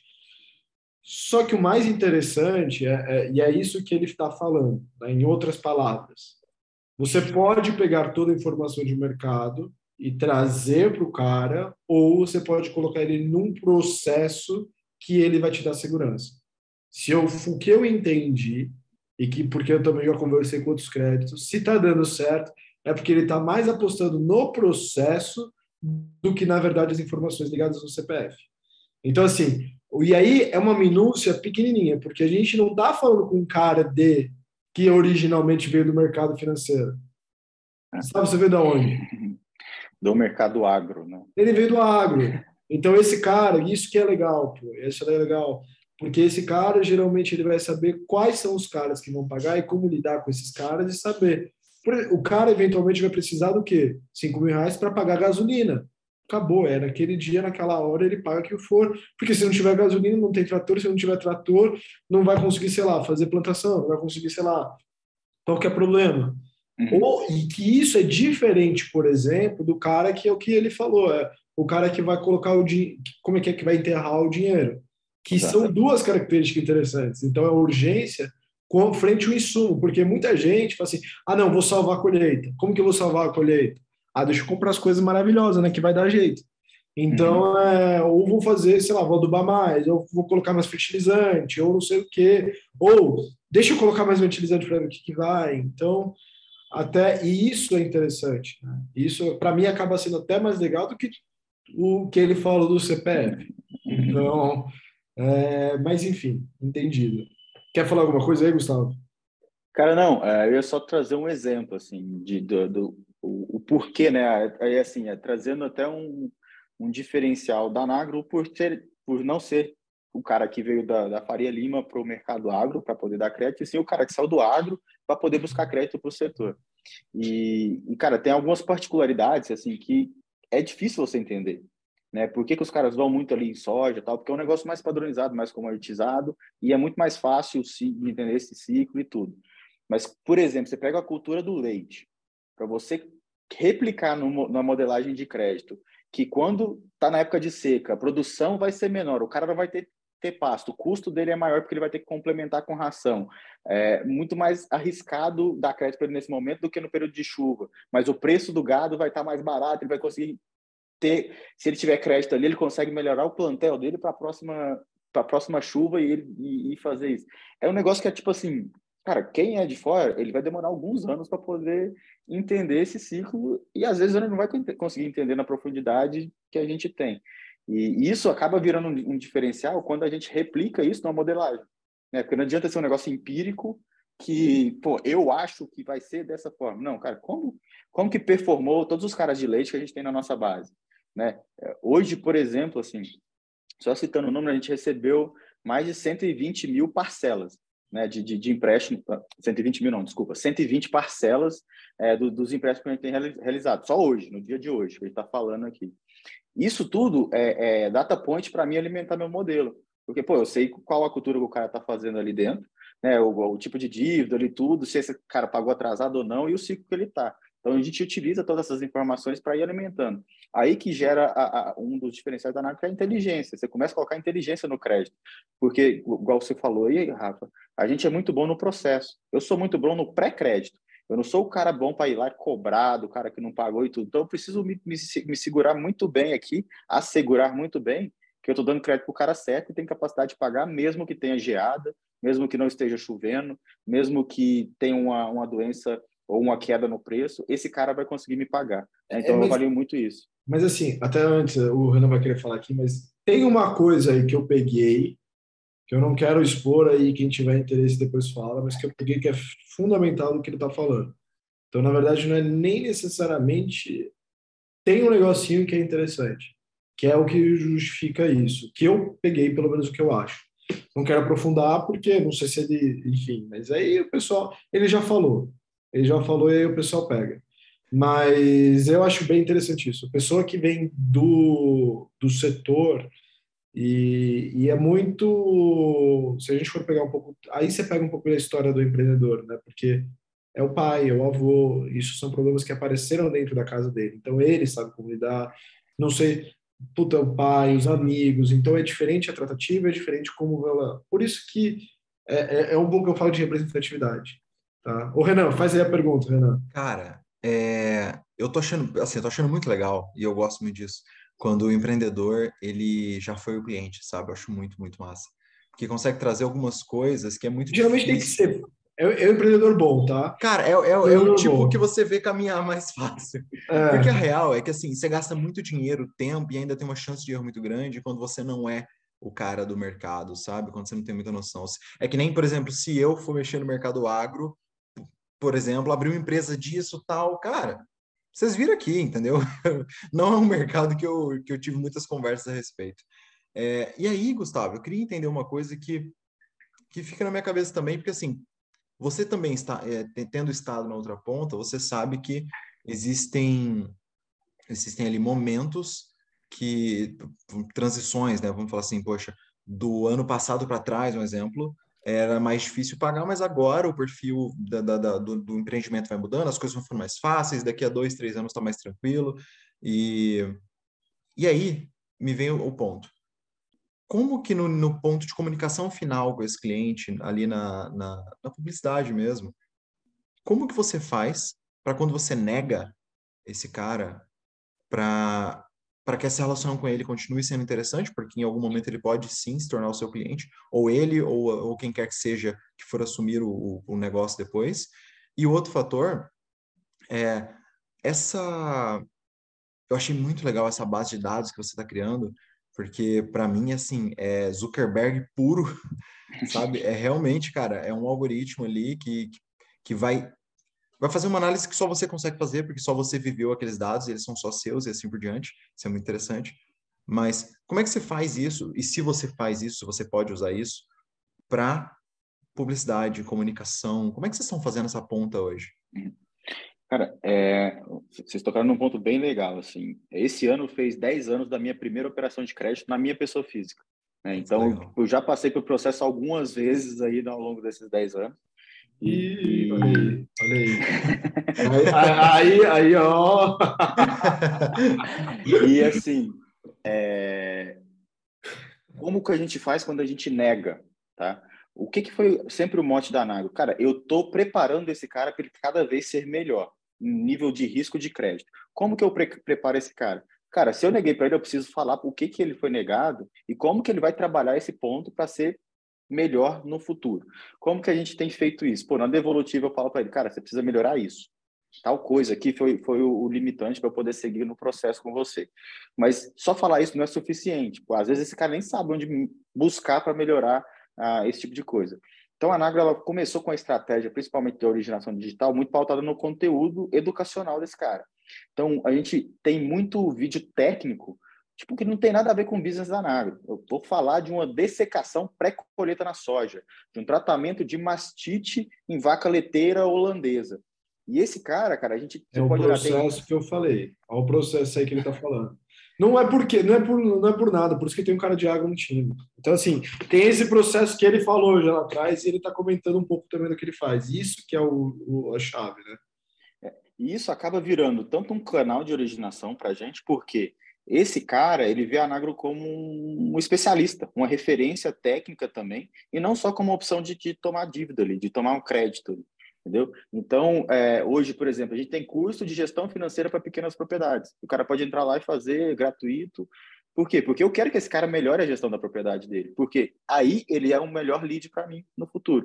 Só que o mais interessante, e é isso que ele está falando, né? Em outras palavras, você pode pegar toda a informação de mercado e trazer para o cara, ou você pode colocar ele num processo que ele vai te dar segurança. O que eu entendi, porque eu também já conversei com outros créditos, se está dando certo, é porque ele está mais apostando no processo do que, na verdade, as informações ligadas no CPF. Então, assim, e aí é uma minúcia pequenininha, porque a gente não está falando com um cara que originalmente veio do mercado financeiro. Sabe, você veio de onde? Do mercado agro, né? Ele veio do agro. Então, esse cara, isso que é legal, pô, isso é legal, porque esse cara, geralmente, ele vai saber quais são os caras que vão pagar e como lidar com esses caras e saber. O cara, eventualmente, vai precisar do quê? R$ 5.000 para pagar gasolina. Acabou, é naquele dia, naquela hora, ele paga o que for, porque se não tiver gasolina, não tem trator, se não tiver trator, não vai conseguir, sei lá, fazer plantação, não vai conseguir, sei lá, qual que é o problema? E que isso é diferente, por exemplo, do cara que é o que ele falou, é o cara que vai colocar o dinheiro, como é que vai enterrar o dinheiro, que são duas características interessantes. Então, é a urgência frente ao insumo, porque muita gente fala assim, não, vou salvar a colheita. Como que eu vou salvar a colheita? Deixa eu comprar as coisas maravilhosas, né, que vai dar jeito. Então, ou vou fazer, sei lá, vou adubar mais, ou vou colocar mais fertilizante, ou não sei o quê, ou deixa eu colocar mais fertilizante para ver o que vai. Então, e isso é interessante, né? Isso, para mim, acaba sendo até mais legal do que o que ele falou do CPF. Então, mas enfim, entendido. Quer falar alguma coisa aí, Gustavo? Cara, não, eu ia só trazer um exemplo, assim, o porquê, né? Aí, assim, trazendo até um diferencial da Nagro por não ser o cara que veio da Faria Lima para o mercado agro para poder dar crédito, e sim o cara que saiu do agro para poder buscar crédito para o setor. Cara, tem algumas particularidades, assim, que é difícil você entender, né? Por que os caras vão muito ali em soja e tal? Porque é um negócio mais padronizado, mais comoditizado, e é muito mais fácil entender esse ciclo e tudo. Mas, por exemplo, você pega a cultura do leite, para você replicar na modelagem de crédito, que quando está na época de seca, a produção vai ser menor, o cara não vai ter pasto, o custo dele é maior porque ele vai ter que complementar com ração. É muito mais arriscado dar crédito para ele nesse momento do que no período de chuva, mas o preço do gado vai estar mais barato, ele vai conseguir se ele tiver crédito ali, ele consegue melhorar o plantel dele para a próxima chuva e fazer isso. É um negócio que é tipo assim, cara, quem é de fora, ele vai demorar alguns anos para poder entender esse ciclo e às vezes ele não vai conseguir entender na profundidade que a gente tem. E isso acaba virando um diferencial quando a gente replica isso na modelagem, né? Porque não adianta ser um negócio empírico que, pô, eu acho que vai ser dessa forma. Não, cara, como que performou todos os caras de leite que a gente tem na nossa base, né? Hoje, por exemplo, assim, só citando o número, a gente recebeu mais de 120 mil parcelas, né, de empréstimo, 120 mil não, desculpa, 120 parcelas dos empréstimos que a gente tem realizado, só hoje, no dia de hoje, que a gente está falando aqui. Isso tudo é data point para mim alimentar meu modelo, porque, pô, eu sei qual a cultura que o cara está fazendo ali dentro, né, o tipo de dívida ali, tudo, se esse cara pagou atrasado ou não e o ciclo que ele está. Então, a gente utiliza todas essas informações para ir alimentando. Aí que gera um dos diferenciais da análise, que é a inteligência. Você começa a colocar inteligência no crédito. Porque, igual você falou aí, Rafa, a gente é muito bom no processo. Eu sou muito bom no pré-crédito. Eu não sou o cara bom para ir lá cobrar do cara que não pagou e tudo. Então, eu preciso me segurar muito bem aqui, assegurar muito bem que eu estou dando crédito para o cara certo e tem capacidade de pagar, mesmo que tenha geada, mesmo que não esteja chovendo, mesmo que tenha uma doença ou uma queda no preço, esse cara vai conseguir me pagar. Então, eu avalio muito isso. Mas assim, até antes, o Renan vai querer falar aqui, mas tem uma coisa aí que eu peguei, que eu não quero expor aí, quem tiver interesse depois fala, mas que eu peguei que é fundamental do que ele está falando. Então, na verdade, não é nem necessariamente... Tem um negocinho que é interessante, que é o que justifica isso, que eu peguei, pelo menos o que eu acho. Não quero aprofundar, porque não sei se ele... Enfim, mas aí o pessoal... Ele já falou e aí o pessoal pega. Mas eu acho bem interessante isso. A pessoa que vem do setor e é muito. Se a gente for pegar um pouco. Aí você pega um pouco da história do empreendedor, né? Porque é o pai, é o avô, isso são problemas que apareceram dentro da casa dele. Então ele sabe como lidar. Não sei, puta, o pai, os amigos. Então é diferente a tratativa, é diferente como ela. Por isso que é um pouco que eu falo de representatividade. Tá? Ô, Renan, faz aí a pergunta, Renan. Cara, eu tô achando, assim, eu tô achando muito legal e eu gosto muito disso. Quando o empreendedor, ele já foi o cliente, sabe? Eu acho muito, muito massa. Porque consegue trazer algumas coisas que é muito Geralmente tem que difícil. ser. É um empreendedor bom, tá? Cara, é o Empreendedor tipo bom. que você vê caminhar mais fácil. Porque a É, real é que, assim, você gasta muito dinheiro, tempo, e ainda tem uma chance de erro muito grande quando você não é o cara do mercado, sabe? Quando você não tem muita noção. É que nem, por exemplo, se eu for mexer no mercado agro, por exemplo, abrir uma empresa disso, tal, cara, vocês viram aqui, entendeu? Não é um mercado que eu tive muitas conversas a respeito. E aí, Gustavo, eu queria entender uma coisa que fica na minha cabeça também, porque assim, você também está, tendo estado na outra ponta, você sabe que existem, existem ali momentos que, transições, né? Vamos falar assim, poxa, do ano passado para trás, um exemplo, era mais difícil pagar, mas agora o perfil do empreendimento vai mudando, as coisas vão ficando mais fáceis, daqui a 2, 3 anos está mais tranquilo. E, e aí me vem o ponto. Como que no ponto de comunicação final com esse cliente, ali na publicidade mesmo, como que você faz para quando você nega esse cara para que essa relação com ele continue sendo interessante, porque em algum momento ele pode sim se tornar o seu cliente, ou ele, ou quem quer que seja que for assumir o negócio depois. E o outro fator é essa. Eu achei muito legal essa base de dados que você está criando, porque para mim, assim, é Zuckerberg puro, sabe? É realmente, cara, é um algoritmo ali que vai fazer uma análise que só você consegue fazer, porque só você viveu aqueles dados, e eles são só seus e assim por diante. Isso é muito interessante. Mas como é que você faz isso? E se você faz isso, você pode usar isso para publicidade, comunicação? Como é que vocês estão fazendo essa ponta hoje? Cara, vocês tocaram num ponto bem legal, assim. Esse ano fez 10 anos da minha primeira operação de crédito na minha pessoa física, né? Então, Legal. eu já passei pelo processo algumas vezes aí ao longo desses 10 anos. e olha E... aí, olha aí. Aí, ó. e assim, como que a gente faz quando a gente nega, tá? O que foi sempre o mote da Nago? Cara, eu tô preparando esse cara para ele cada vez ser melhor em nível de risco de crédito. Como que eu preparo esse cara? Cara, se eu neguei para ele, eu preciso falar por que ele foi negado e como que ele vai trabalhar esse ponto para ser melhor no futuro. Como que a gente tem feito isso? Pô, na devolutiva eu falo para ele, cara, você precisa melhorar isso. Tal coisa aqui foi o limitante para eu poder seguir no processo com você. Mas só falar isso não é suficiente. Pô, às vezes esse cara nem sabe onde buscar para melhorar esse tipo de coisa. Então a Nagra ela começou com a estratégia, principalmente de originação digital, muito pautada no conteúdo educacional desse cara. Então a gente tem muito vídeo técnico, tipo que não tem nada a ver com o business da Nagra. Eu vou falar de uma dessecação pré-colheita na soja, de um tratamento de mastite em vaca leiteira holandesa. E esse cara, a gente, É você o pode olhar, processo que eu falei. Olha o processo aí que ele está falando. Não é porque, não é por nada, por isso que tem um cara de água no time. Então, assim, tem esse processo que ele falou já lá atrás e ele está comentando um pouco também do que ele faz. Isso que é a chave, né? e isso acaba virando tanto um canal de originação para a gente, porque esse cara, ele vê a Anagro como um especialista, uma referência técnica também, e não só como uma opção de tomar dívida ali, de tomar um crédito, entendeu? Então, hoje, por exemplo, a gente tem curso de gestão financeira para pequenas propriedades. O cara pode entrar lá e fazer gratuito. Por quê? Porque eu quero que esse cara melhore a gestão da propriedade dele, porque aí ele é um melhor lead para mim no futuro.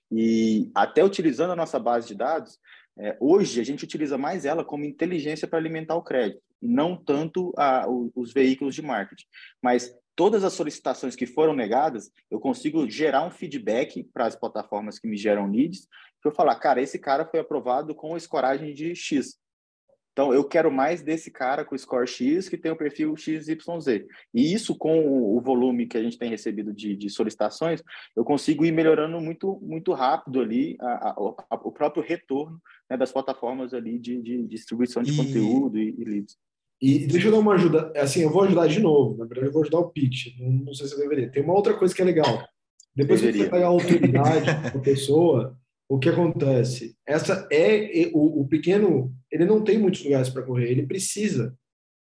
E até utilizando a nossa base de dados, hoje a gente utiliza mais ela como inteligência para alimentar o crédito, e não tanto os veículos de marketing. Mas todas as solicitações que foram negadas, eu consigo gerar um feedback para as plataformas que me geram leads, que eu falar, cara, esse cara foi aprovado com escoragem de X. Então, eu quero mais desse cara com score X que tem o perfil XYZ. E isso, com o volume que a gente tem recebido de solicitações, eu consigo ir melhorando muito, muito rápido ali o próprio retorno, né, das plataformas ali de distribuição de E, conteúdo e leads. E deixa eu dar uma ajuda. Assim, eu vou ajudar de novo. Na verdade, eu vou ajudar o pitch. Não sei se eu deveria. Tem uma outra coisa que é legal. Depois que você Deveria. pega a autoridade da pessoa, o que acontece? Essa é o pequeno, ele não tem muitos lugares para correr, ele precisa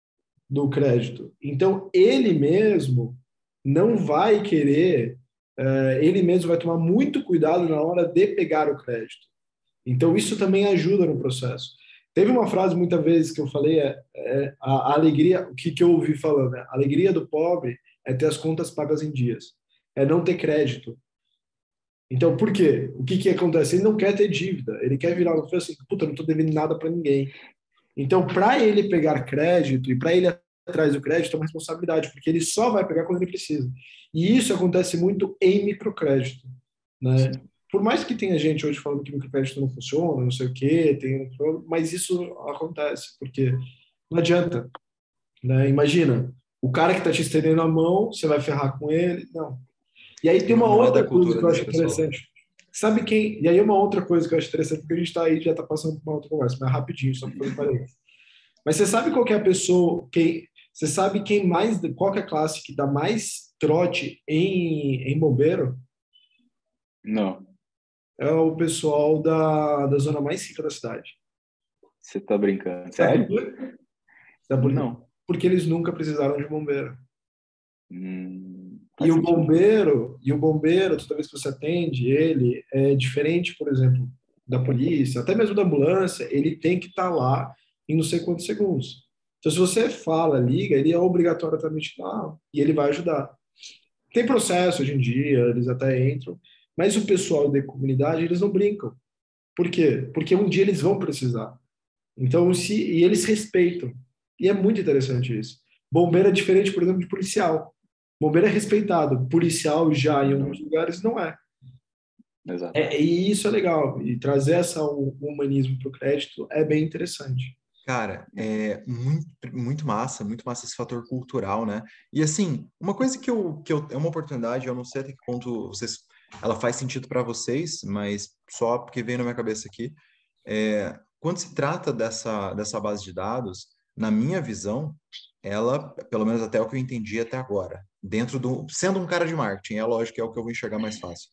do crédito. Então, ele mesmo não vai querer, ele mesmo vai tomar muito cuidado na hora de pegar o crédito. Então, isso também ajuda no processo. Teve uma frase muitas vezes que eu falei, a alegria, o que eu ouvi falando, né? A alegria do pobre é ter as contas pagas em dias, é não ter crédito. Então, por quê? O que acontece? Ele não quer ter dívida, ele quer virar no assim, puta, não tô devendo nada para ninguém. Então, para ele pegar crédito e para ele ir atrás do crédito é uma responsabilidade, porque ele só vai pegar quando ele precisa. E isso acontece muito em microcrédito, né? Por mais que tenha gente hoje falando que microcrédito não funciona, não sei o quê, mas isso acontece, porque não adianta, né? Imagina, o cara que está te estendendo a mão, você vai ferrar com ele? Não. E aí tem uma Não é da outra coisa cultura que eu desse acho pessoal. interessante. Sabe quem? E aí uma outra coisa que eu acho interessante, porque a gente está aí, já está passando por uma outra conversa, mas rapidinho, só para fazer parênteses. Mas você sabe qual que é a pessoa, você sabe quem mais, qual que é a classe que dá mais trote em bombeiro? Não, É o pessoal da zona mais rica da cidade. você tá brincando. Sabe por Sério? quê? Sabe por quê? Não. Porque eles nunca precisaram de bombeiro. Faz sentido. E o bombeiro, toda vez que você atende ele, é diferente, por exemplo, da polícia, até mesmo da ambulância, ele tem que estar lá em não sei quantos segundos. Então, se você fala, liga, ele é obrigatoriamente lá e ele vai ajudar. Tem processo hoje em dia, eles até entram, mas o pessoal da comunidade, eles não brincam. Por quê? Porque um dia eles vão precisar. Então, e eles respeitam. E é muito interessante isso. Bombeiro é diferente, por exemplo, de policial. Bombeiro é respeitado, policial já em alguns Não. lugares não é. Exato. E isso é legal. E trazer o humanismo para o crédito é bem interessante. Cara, é muito massa esse fator cultural, né? E assim, uma coisa é uma oportunidade, eu não sei até que ponto ela faz sentido para vocês, mas só porque veio na minha cabeça aqui, quando se trata dessa base de dados, na minha visão, ela, pelo menos até o que eu entendi até agora, sendo um cara de marketing, é lógico que é o que eu vou enxergar mais fácil.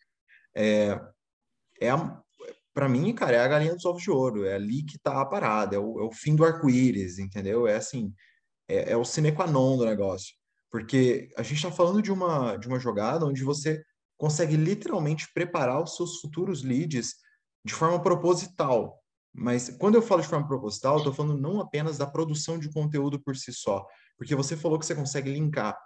É para mim, cara, é a galinha dos ovos de ouro, é ali que tá a parada, é o fim do arco-íris, entendeu? É assim, é o sine qua non do negócio. Porque a gente está falando de uma jogada onde você consegue literalmente preparar os seus futuros leads de forma proposital. Mas quando eu falo de forma proposital, eu estou falando não apenas da produção de conteúdo por si só. Porque você falou que você consegue linkar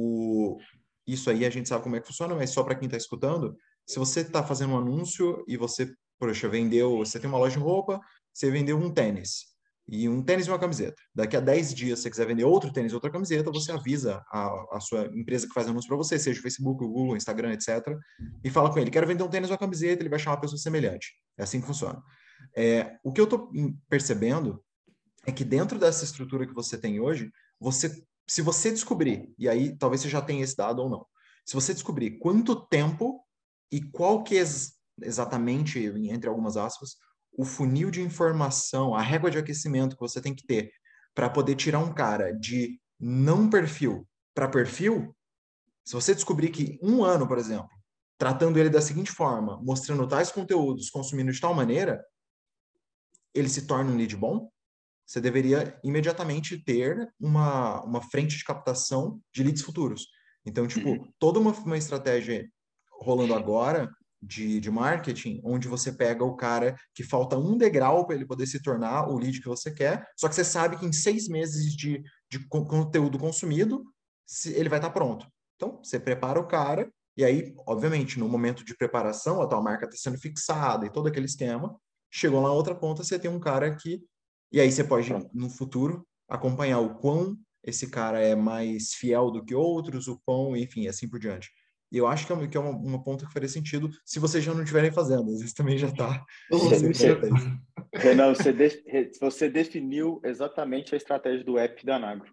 isso aí, a gente sabe como é que funciona, mas só para quem está escutando, se você está fazendo um anúncio e você, poxa, você tem uma loja de roupa, você vendeu um tênis e um tênis e uma camiseta. Daqui a 10 dias, se você quiser vender outro tênis e outra camiseta, você avisa a sua empresa que faz anúncio para você, seja o Facebook, o Google, o Instagram, etc. E fala com ele, quero vender um tênis ou uma camiseta, ele vai chamar uma pessoa semelhante. É assim que funciona. O que eu estou percebendo é que dentro dessa estrutura que você tem hoje, se você descobrir, e aí talvez você já tenha esse dado ou não, se você descobrir quanto tempo e qual que é exatamente, entre algumas aspas, o funil de informação, a régua de aquecimento que você tem que ter para poder tirar um cara de não perfil para perfil, se você descobrir que um ano, por exemplo, tratando ele da seguinte forma, mostrando tais conteúdos, consumindo de tal maneira, ele se torna um lead bom, você deveria imediatamente ter uma frente de captação de leads futuros. Então, tipo, toda uma estratégia rolando agora de marketing, onde você pega o cara que falta um degrau para ele poder se tornar o lead que você quer, só que você sabe que em 6 meses de conteúdo consumido, ele vai estar pronto. Então, você prepara o cara, e aí, obviamente, no momento de preparação, a tua marca está sendo fixada e todo aquele esquema, chegou lá na outra ponta, você tem um cara que e aí você pode, Pronto. no futuro, acompanhar o quão esse cara é mais fiel do que outros, o quão, enfim, assim por diante. E eu acho que é uma ponta que faria sentido se vocês já não estiverem fazendo. Às vezes também já está no Cê, seu cê, contexto. Renan, você definiu exatamente a estratégia do app da Nagro.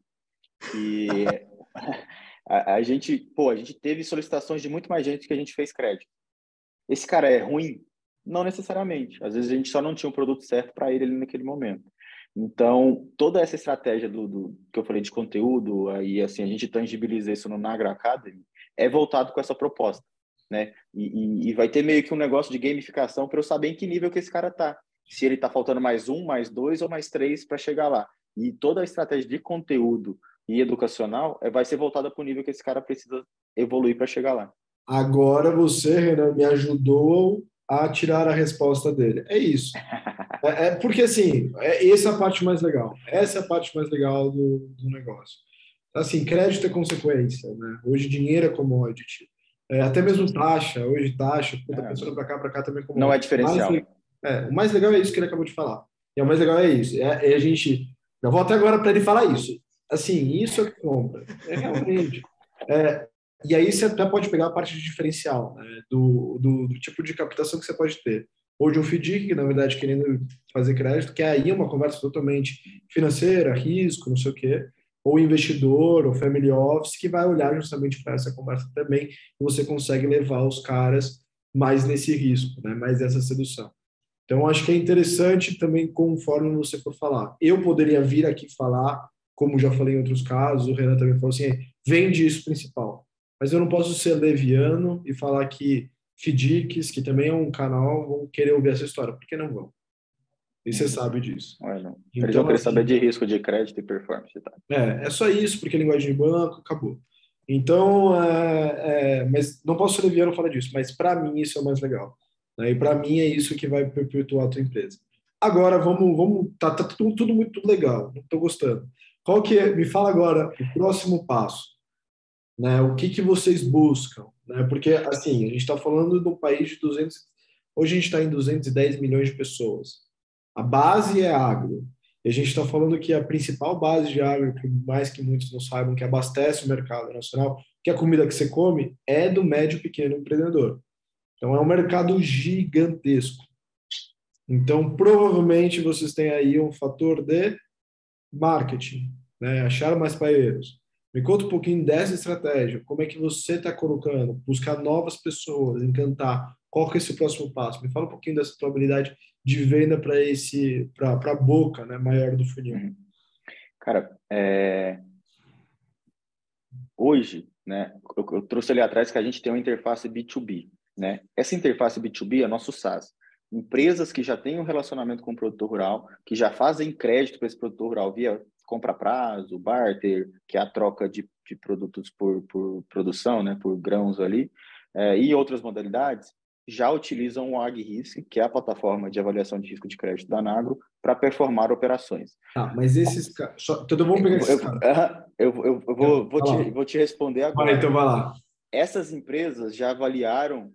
E a gente, a gente teve solicitações de muito mais gente que a gente fez crédito. Esse cara é ruim? Não necessariamente. Às vezes a gente só não tinha o produto certo para ele ali naquele momento. Então, toda essa estratégia do que eu falei de conteúdo, aí assim, a gente tangibiliza isso no Nagra Academy, é voltado com essa proposta, né? E vai ter meio que um negócio de gamificação para eu saber em que nível que esse cara tá. Se ele tá faltando mais um, mais dois ou mais três para chegar lá. E toda a estratégia de conteúdo e educacional vai ser voltada para o nível que esse cara precisa evoluir para chegar lá. Agora você, Renan, me ajudou a tirar a resposta dele. É isso. Porque, assim, essa é a parte mais legal. Essa é a parte mais legal do negócio. Assim, crédito é consequência, né? Hoje, dinheiro é commodity. até mesmo taxa, hoje taxa, puta, É, pensando para cá também como não é mais, diferencial. o mais legal é isso que ele acabou de falar. E o mais legal é isso, é a gente, eu vou até agora para ele falar isso. Assim, isso é compra, realmente. É, e aí você até pode pegar a parte de diferencial, né, do tipo de captação que você pode ter. Ou de um FDIC, que na verdade querendo fazer crédito, que aí é uma conversa totalmente financeira, risco, não sei o quê, ou investidor, ou family office, que vai olhar justamente para essa conversa também, e você consegue levar os caras mais nesse risco, né? Mais essa sedução. Então, acho que é interessante também conforme você for falar. Eu poderia vir aqui falar, como já falei em outros casos, o Renan também falou assim, vende isso principal. Mas eu não posso ser leviano e falar que FDICs, que também é um canal, vão querer ouvir essa história, porque não vão. E você Uhum. sabe disso. Olha, eles vão Então, querer saber assim, de risco de crédito e performance, tá? é só isso, porque é linguagem de banco, acabou. Então, mas não posso ser leviano falar disso, mas para mim isso é o mais legal, né? E para mim é isso que vai perpetuar a tua empresa. Agora, tá tudo muito legal, não estou gostando. Qual que é, me fala agora o próximo passo, né? O que que vocês buscam, né? Porque, assim, a gente está falando de um país de 200, hoje a gente está em 210 milhões de pessoas. A base é agro. E a gente está falando que a principal base de agro, que mais que muitos não saibam, que abastece o mercado nacional, que é a comida que você come, é do médio e pequeno empreendedor. Então, é um mercado gigantesco. Então, provavelmente, vocês têm aí um fator de marketing, né? Achar mais paeiros. Me conta um pouquinho dessa estratégia. Como é que você está colocando? Buscar novas pessoas, encantar. Qual que é esse próximo passo? Me fala um pouquinho dessa tua habilidade de venda para a boca, né, maior do funil. Uhum. Cara, hoje, né, eu trouxe ali atrás que a gente tem uma interface B2B, né? Essa interface B2B é nosso SaaS. Empresas que já têm um relacionamento com o produtor rural, que já fazem crédito para esse produtor rural via compra prazo, barter, que é a troca de produtos por produção, né, por grãos ali, e outras modalidades, já utilizam o AgRisk, que é a plataforma de avaliação de risco de crédito da Nagro, para performar operações. Tá, mas esses caras. Então vamos pegar esses caras. Eu Vai lá. vou te responder Vai, agora. então vai lá. Essas empresas já avaliaram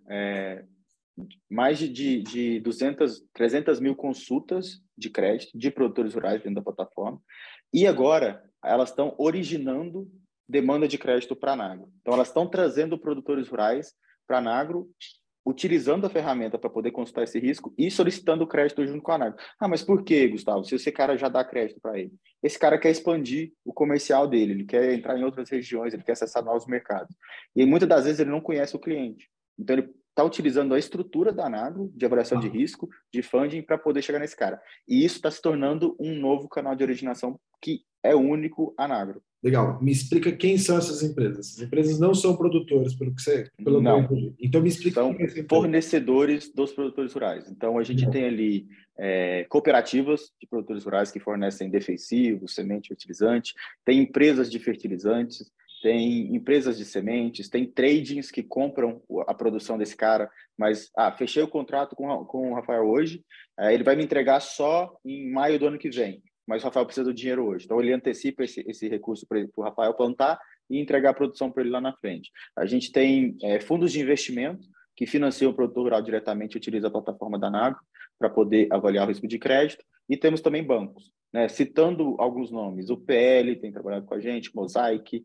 mais de 300 mil consultas de crédito de produtores rurais dentro da plataforma, e agora elas estão originando demanda de crédito para a Nagro. Então, elas estão trazendo produtores rurais para a Nagro, utilizando a ferramenta para poder consultar esse risco e solicitando o crédito junto com a Nagro. Ah, mas por quê, Gustavo? Se esse cara já dá crédito para ele. Esse cara quer expandir o comercial dele, ele quer entrar em outras regiões, ele quer acessar novos mercados. E muitas das vezes ele não conhece o cliente. Então, ele está utilizando a estrutura da Nagro, de avaliação de risco, de funding, para poder chegar nesse cara. E isso está se tornando um novo canal de originação que é único à Nagro. Legal. Me explica quem são essas empresas. Essas empresas não são produtores, pelo que eu Não, entendi. Então me explica quem são é essa empresa. fornecedores dos produtores rurais. Então, a gente tem ali cooperativas de produtores rurais que fornecem defensivos, semente fertilizante, tem empresas de fertilizantes, tem empresas de sementes, tem tradings que compram a produção desse cara, mas, fechei o contrato com o Rafael hoje, ele vai me entregar só em maio do ano que vem, mas o Rafael precisa do dinheiro hoje. Então, ele antecipa esse recurso para o Rafael plantar e entregar a produção para ele lá na frente. A gente tem fundos de investimento que financiam o produtor rural diretamente, utiliza a plataforma da Nagro para poder avaliar o risco de crédito, e temos também bancos, né? Citando alguns nomes, o PL tem trabalhado com a gente, Mosaic,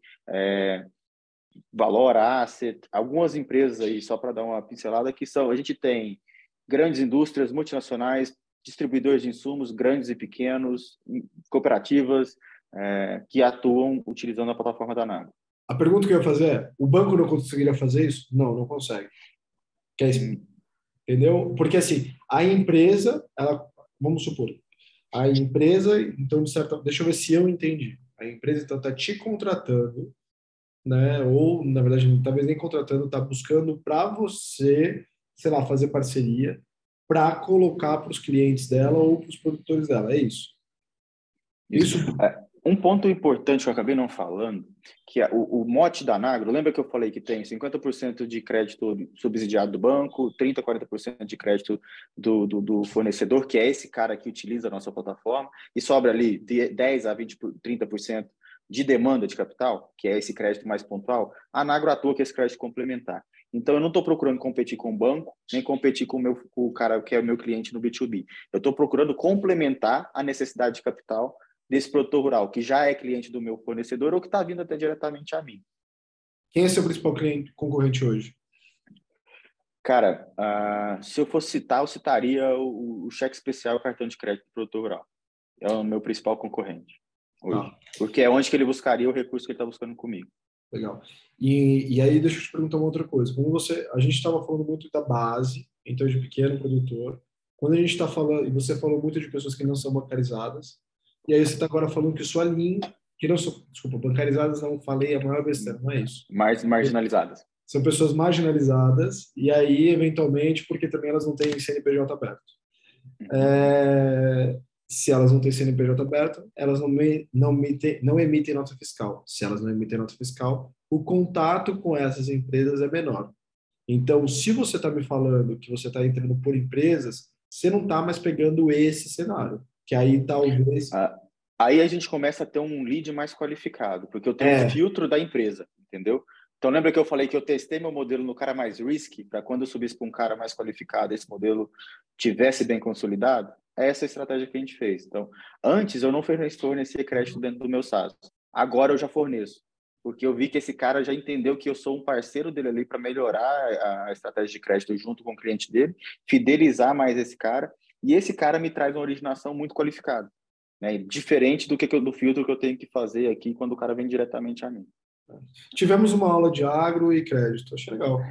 Valora Asset, algumas empresas aí, só para dar uma pincelada, a gente tem grandes indústrias multinacionais, distribuidores de insumos, grandes e pequenos, cooperativas, que atuam utilizando a plataforma da Nagro. A pergunta que eu ia fazer é: o banco não conseguiria fazer isso? Não, não consegue. Entendeu? Porque assim, a empresa, vamos supor, a empresa, então, deixa eu ver se eu entendi. A empresa, então, está te contratando, né? Ou, na verdade, talvez nem contratando, está buscando para você, sei lá, fazer parceria para colocar para os clientes dela ou para os produtores dela. É isso. Isso. Um ponto importante que eu acabei não falando, que é o mote da Nagro. Lembra que eu falei que tem 50% de crédito subsidiado do banco, 30%, 40% de crédito do fornecedor, que é esse cara que utiliza a nossa plataforma, e sobra ali 10% a 20%, 30% de demanda de capital, que é esse crédito mais pontual. A Nagro atua com esse crédito complementar. Então, eu não estou procurando competir com o banco, nem competir com o cara que é o meu cliente no B2B. Eu estou procurando complementar a necessidade de capital desse produtor rural, que já é cliente do meu fornecedor ou que está vindo até diretamente a mim. Quem é seu principal cliente concorrente hoje? Cara, se eu fosse citar, eu citaria o cheque especial e o cartão de crédito do produtor rural. É o meu principal concorrente hoje. Ah, Porque é onde que ele buscaria o recurso que ele está buscando comigo. legal. E aí, deixa eu te perguntar uma outra coisa. A gente estava falando muito da base, então de pequeno produtor. Quando a gente está falando, e você falou muito de pessoas que não são bancarizadas, e aí você está agora falando que sua linha, que não são, desculpa, bancarizadas, não falei a maior besteira, não é isso. Mais marginalizadas. São pessoas marginalizadas, e aí, eventualmente, porque também elas não têm CNPJ aberto. Se elas não têm CNPJ aberto, elas não emitem nota fiscal. Se elas não emitem nota fiscal, o contato com essas empresas é menor. Então, se você está me falando que você está entrando por empresas, você não está mais pegando esse cenário, que aí talvez... Aí a gente começa a ter um lead mais qualificado, porque eu tenho um É, filtro da empresa, entendeu? Então, lembra que eu falei que eu testei meu modelo no cara mais risky, para quando eu subisse para um cara mais qualificado, esse modelo tivesse bem consolidado? É essa a estratégia que a gente fez. Então, antes eu não fornecia crédito dentro do meu SaaS. Agora eu já forneço, porque eu vi que esse cara já entendeu que eu sou um parceiro dele ali para melhorar a estratégia de crédito junto com o cliente dele, fidelizar mais esse cara, e esse cara me traz uma originação muito qualificada, né? Diferente do filtro que eu tenho que fazer aqui quando o cara vem diretamente a mim. tivemos uma aula de agro e crédito, achei legal.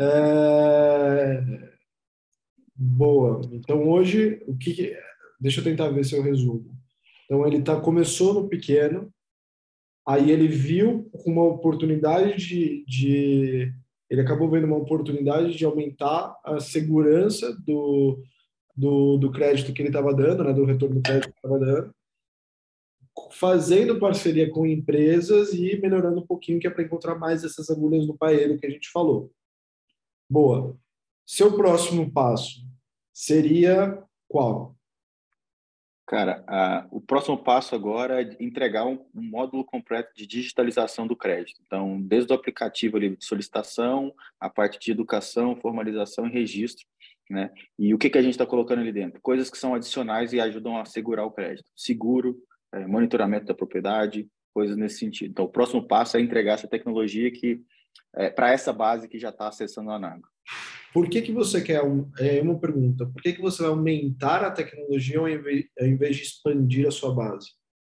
Boa. Então, hoje, deixa eu tentar ver se eu resumo. Então, começou no pequeno, aí ele viu uma oportunidade ele acabou vendo uma oportunidade de aumentar a segurança do crédito que ele estava dando, né, do retorno do crédito que estava dando, fazendo parceria com empresas e melhorando um pouquinho, que é para encontrar mais essas agulhas no paeiro que a gente falou. Boa. Seu próximo passo seria qual? Cara, o próximo passo agora é entregar um módulo completo de digitalização do crédito. Então, desde o aplicativo ali de solicitação, a parte de educação, formalização e registro, né? E o que a gente está colocando ali dentro? Coisas que são adicionais e ajudam a segurar o crédito. Seguro, monitoramento da propriedade, coisas nesse sentido. Então, o próximo passo é entregar essa tecnologia para essa base que já está acessando a Anago. Por que você quer uma pergunta? Por que você vai aumentar a tecnologia ao invés de expandir a sua base?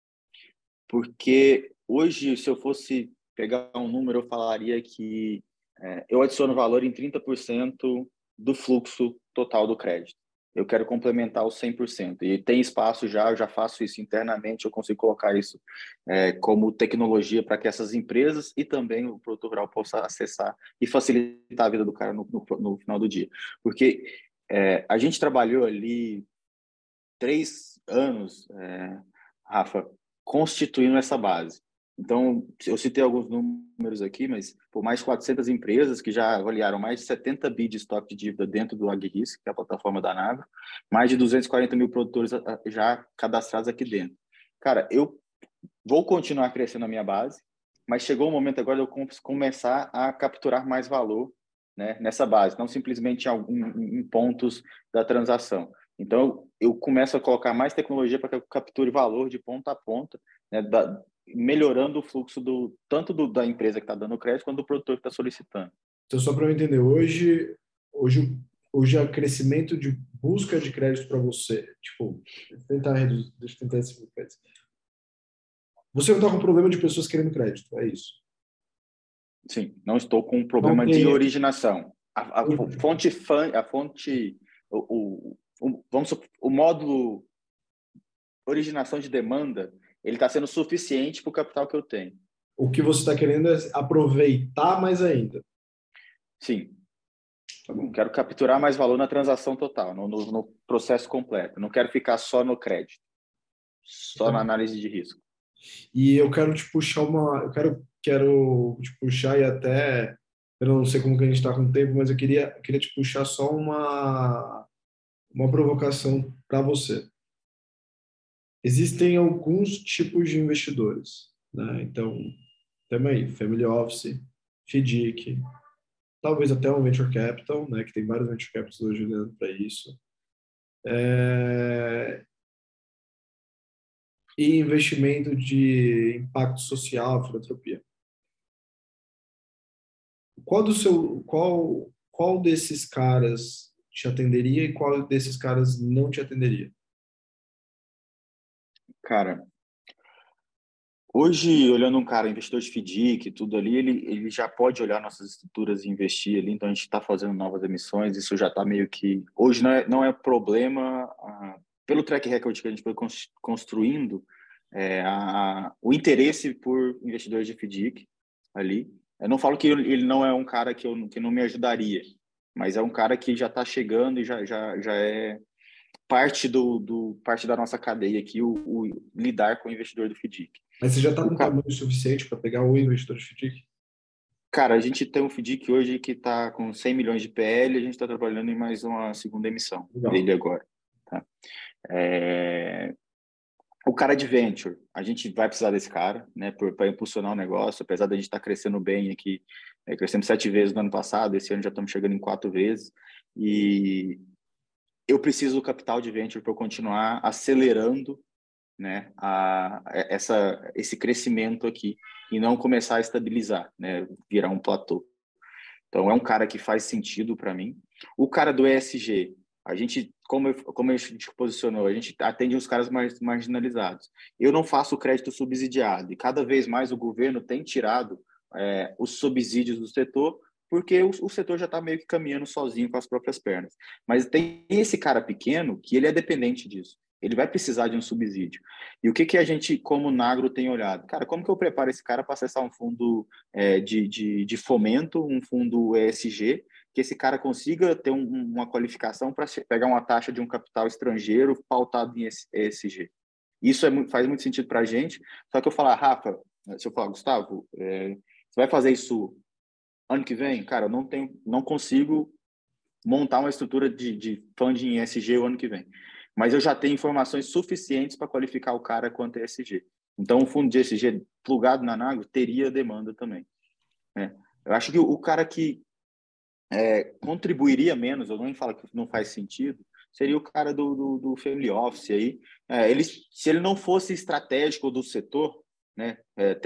Porque hoje, se eu fosse pegar um número, eu falaria que eu adiciono valor em 30% do fluxo total do crédito. Eu quero complementar os 100%. E tem espaço já, eu já faço isso internamente, eu consigo colocar isso como tecnologia para que essas empresas e também o produtor rural possa acessar e facilitar a vida do cara no final do dia. Porque a gente trabalhou ali 3 anos, Rafa, constituindo essa base. Então, eu citei alguns números aqui, mas por mais de 400 empresas que já avaliaram mais de 70 bi de estoque de dívida dentro do AgriRisk, que é a plataforma da Anagro, mais de 240 mil produtores já cadastrados aqui dentro. Cara, eu vou continuar crescendo a minha base, mas chegou o momento agora de eu começar a capturar mais valor, né, nessa base, não simplesmente em pontos da transação. Então, eu começo a colocar mais tecnologia para que eu capture valor de ponta a ponta, né, melhorando o fluxo tanto da empresa que está dando crédito, quanto do produtor que está solicitando. Então, só para eu entender, hoje é o crescimento de busca de crédito para você. Tipo, deixa eu tentar explicar isso. Você não está com problema de pessoas querendo crédito, é isso? Sim, não estou com um Não problema de tem. originação. A fonte, vamos supor, o módulo originação de demanda, ele está sendo suficiente para o capital que eu tenho. O que você está querendo é aproveitar mais ainda. Sim. Tá, quero capturar mais valor na transação total, no processo completo. Não quero ficar só no crédito, só na análise de risco. E eu quero te puxar quero te puxar e até, eu não sei como que a gente está com o tempo, mas eu queria te puxar só uma provocação para você. Existem alguns tipos de investidores, né? Então, temos aí Family Office, FDIC, talvez até um venture capital, né, que tem vários venture capitals hoje olhando para isso. E investimento de impacto social, filantropia. Qual desses caras te atenderia e qual desses caras não te atenderia? Cara, hoje, olhando um cara, investidor de FDIC e tudo ali, ele já pode olhar nossas estruturas e investir ali, então a gente está fazendo novas emissões, isso já está meio que... Hoje não é problema, pelo track record que a gente foi construindo, o interesse por investidores de FDIC ali. Eu não falo que ele não é um cara que não me ajudaria, mas é um cara que já está chegando e já é parte da nossa cadeia aqui, o lidar com o investidor do FDIC. Mas você já está com tamanho suficiente para pegar o investidor de FDIC? Cara, a gente tem um FDIC hoje que está com 100 milhões de PL, a gente está trabalhando em mais uma segunda emissão dele agora. Tá? O cara de venture, a gente vai precisar desse cara, né, para impulsionar o negócio, apesar da gente estar crescendo bem aqui, crescemos 7 vezes no ano passado, esse ano já estamos chegando em 4 vezes, e eu preciso do capital de venture para eu continuar acelerando, né, esse crescimento aqui e não começar a estabilizar, né, virar um platô. Então, é um cara que faz sentido para mim. O cara do ESG, a gente, como a gente posicionou, a gente atende os caras mais marginalizados. Eu não faço crédito subsidiado e cada vez mais o governo tem tirado os subsídios do setor porque o setor já está meio que caminhando sozinho com as próprias pernas. Mas tem esse cara pequeno que ele é dependente disso. Ele vai precisar de um subsídio. E o que a gente, como Nagro, tem olhado? Cara, como que eu preparo esse cara para acessar um fundo de fomento, um fundo ESG, que esse cara consiga ter uma qualificação para pegar uma taxa de um capital estrangeiro pautado em ESG? Isso faz muito sentido para a gente. Só que eu falar, Rafa, se eu falar, Gustavo, você vai fazer isso ano que vem? Cara, eu não consigo montar uma estrutura de funding ESG o ano que vem. Mas eu já tenho informações suficientes para qualificar o cara quanto ESG. Então, um fundo de ESG plugado na Nagro teria demanda também. Né? Eu acho que o cara que contribuiria menos, eu não falo que não faz sentido, seria o cara do Family Office aí. Se ele não fosse estratégico do setor, né,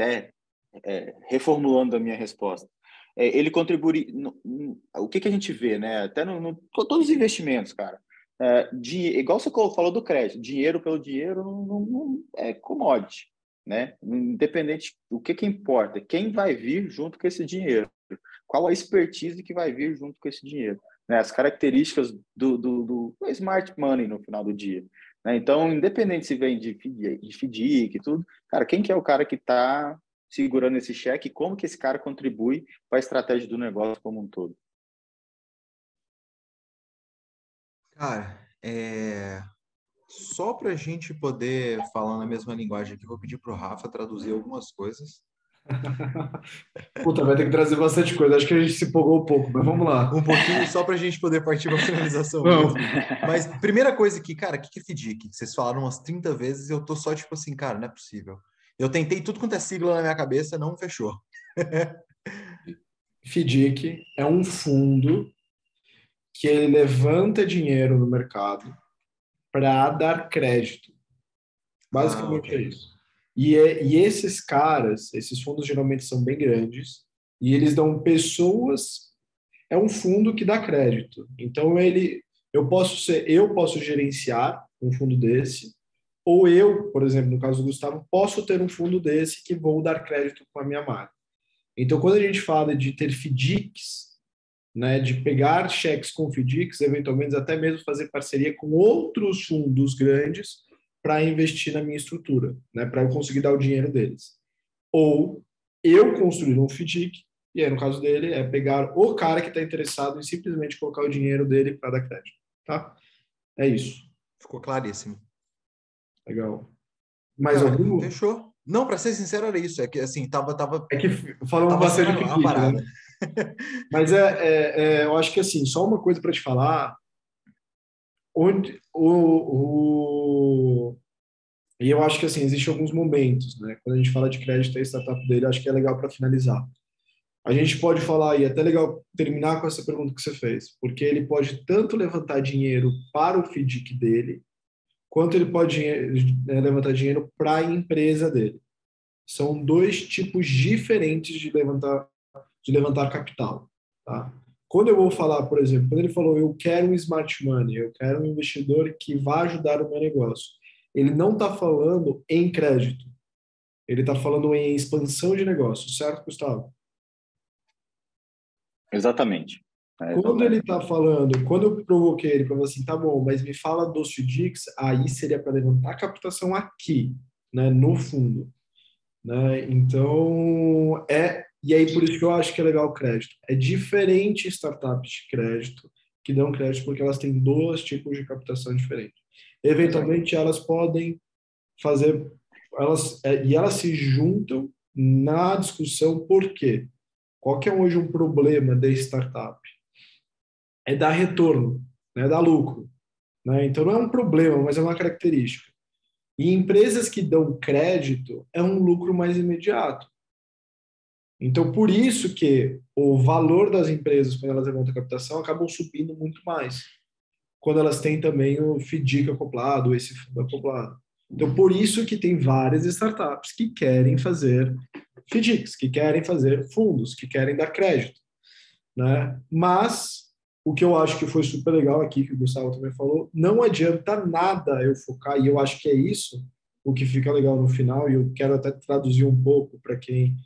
reformulando a minha resposta, ele contribuiria... O que a gente vê, né? Até todos os investimentos, cara. Igual você falou do crédito, dinheiro pelo dinheiro não é commodity, né? Independente, o que importa? Quem vai vir junto com esse dinheiro? Qual a expertise que vai vir junto com esse dinheiro? Né? As características do smart money no final do dia. Né? Então, independente se vem de FDIC e tudo, cara, quem que é o cara que está segurando esse cheque e como que esse cara contribui para a estratégia do negócio como um todo? Cara, só para a gente poder falar na mesma linguagem aqui, eu vou pedir para o Rafa traduzir algumas coisas. Puta, vai ter que trazer bastante coisa. Acho que a gente se empolgou um pouco, mas vamos lá. Um pouquinho, só para a gente poder partir para a finalização Vamos. mesmo. Mas, primeira coisa aqui, cara, o que é FDIC? Vocês falaram umas 30 vezes e eu tô só tipo assim, cara, não é possível. Eu tentei tudo quanto é sigla na minha cabeça, não fechou. FDIC é um fundo que ele levanta dinheiro no mercado para dar crédito. Basicamente okay. é isso. E esses caras, esses fundos geralmente são bem grandes e eles dão pessoas. É um fundo que dá crédito. Então eu posso gerenciar um fundo desse, ou eu, por exemplo, no caso do Gustavo, posso ter um fundo desse que vou dar crédito com a minha marca. Então, quando a gente fala de ter FDICs, né, de pegar cheques com FDICs, eventualmente até mesmo fazer parceria com outros fundos grandes para investir na minha estrutura, né, para eu conseguir dar o dinheiro deles. Ou eu construir um FDIC, e aí no caso dele é pegar o cara que está interessado em simplesmente colocar o dinheiro dele para dar crédito. Tá? É isso. Ficou claríssimo. Legal. Mais cara, algum? Fechou. Não, para ser sincero, era isso. É que assim, tava É que falamos bastante de FDIC, parada. né? Mas eu acho que assim, só uma coisa para te falar, onde e eu acho que assim, existem alguns momentos, né? Quando a gente fala de crédito e startup dele, acho que é legal para finalizar. a gente pode falar, e é até legal terminar com essa pergunta que você fez, porque ele pode tanto levantar dinheiro para o FDIC dele, quanto ele pode levantar dinheiro para a empresa dele. São dois tipos diferentes de levantar capital. Tá? Quando eu vou falar, por exemplo, quando ele falou, eu quero um smart money, eu quero um investidor que vá ajudar o meu negócio, ele não está falando em crédito, ele está falando em expansão de negócio, certo, Gustavo? Exatamente. Quando ele está falando, quando eu provoquei ele para falar assim, tá bom, mas me fala dos FDICs, aí seria para levantar a captação aqui, né, no fundo. Né? Então, e aí por isso que eu acho que é legal o crédito. É diferente startups de crédito que dão crédito porque elas têm dois tipos de captação diferentes. Eventualmente, elas podem fazer, e elas se juntam na discussão por quê? Qual que é hoje um problema da startup? É dar retorno, né? Dar lucro. Né? Então, não é um problema, mas é uma característica. E empresas que dão crédito é um lucro mais imediato. Então, por isso que o valor das empresas, quando elas levantam a captação, acabam subindo muito mais. Quando elas têm também o FDIC acoplado, esse fundo acoplado. Então, por isso que tem várias startups que querem fazer FDICs, que querem fazer fundos, que querem dar crédito. Né? Mas, o que eu acho que foi super legal aqui, que o Gustavo também falou, não adianta nada eu focar, e eu acho que é isso o que fica legal no final, e eu quero até traduzir um pouco para quem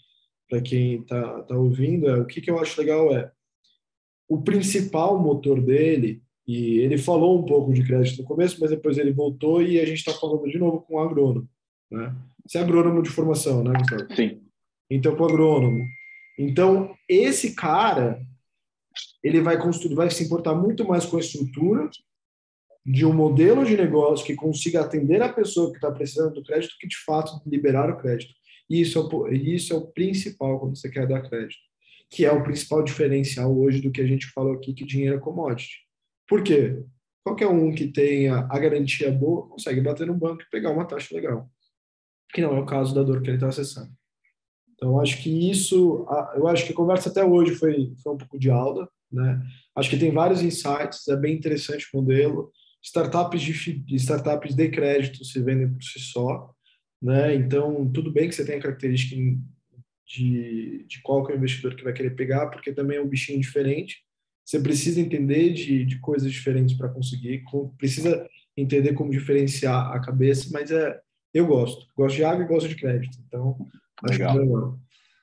tá ouvindo, o que eu acho legal o principal motor dele, e ele falou um pouco de crédito no começo, mas depois ele voltou e a gente está falando de novo com o agrônomo. Né? Você é agrônomo de formação, né, Gustavo? Sim. Então, com o agrônomo. Então, esse cara, ele vai se importar muito mais com a estrutura de um modelo de negócio que consiga atender a pessoa que está precisando do crédito que, de fato, liberar o crédito. E isso é o principal quando você quer dar crédito, que é o principal diferencial hoje do que a gente falou aqui, que dinheiro é commodity. Por quê? Qualquer um que tenha a garantia boa consegue bater no banco e pegar uma taxa legal, que não é o caso da dor que ele está acessando. Então, acho que eu acho que a conversa até hoje foi um pouco de aula, né? Acho que tem vários insights, é bem interessante o modelo. Startups de crédito se vendem por si só, né? Então, tudo bem que você tem a característica de qual que é o investidor que vai querer pegar, porque também é um bichinho diferente. Você precisa entender de coisas diferentes para conseguir, precisa entender como diferenciar a cabeça, mas eu gosto de água e gosto de crédito, então acho que é legal.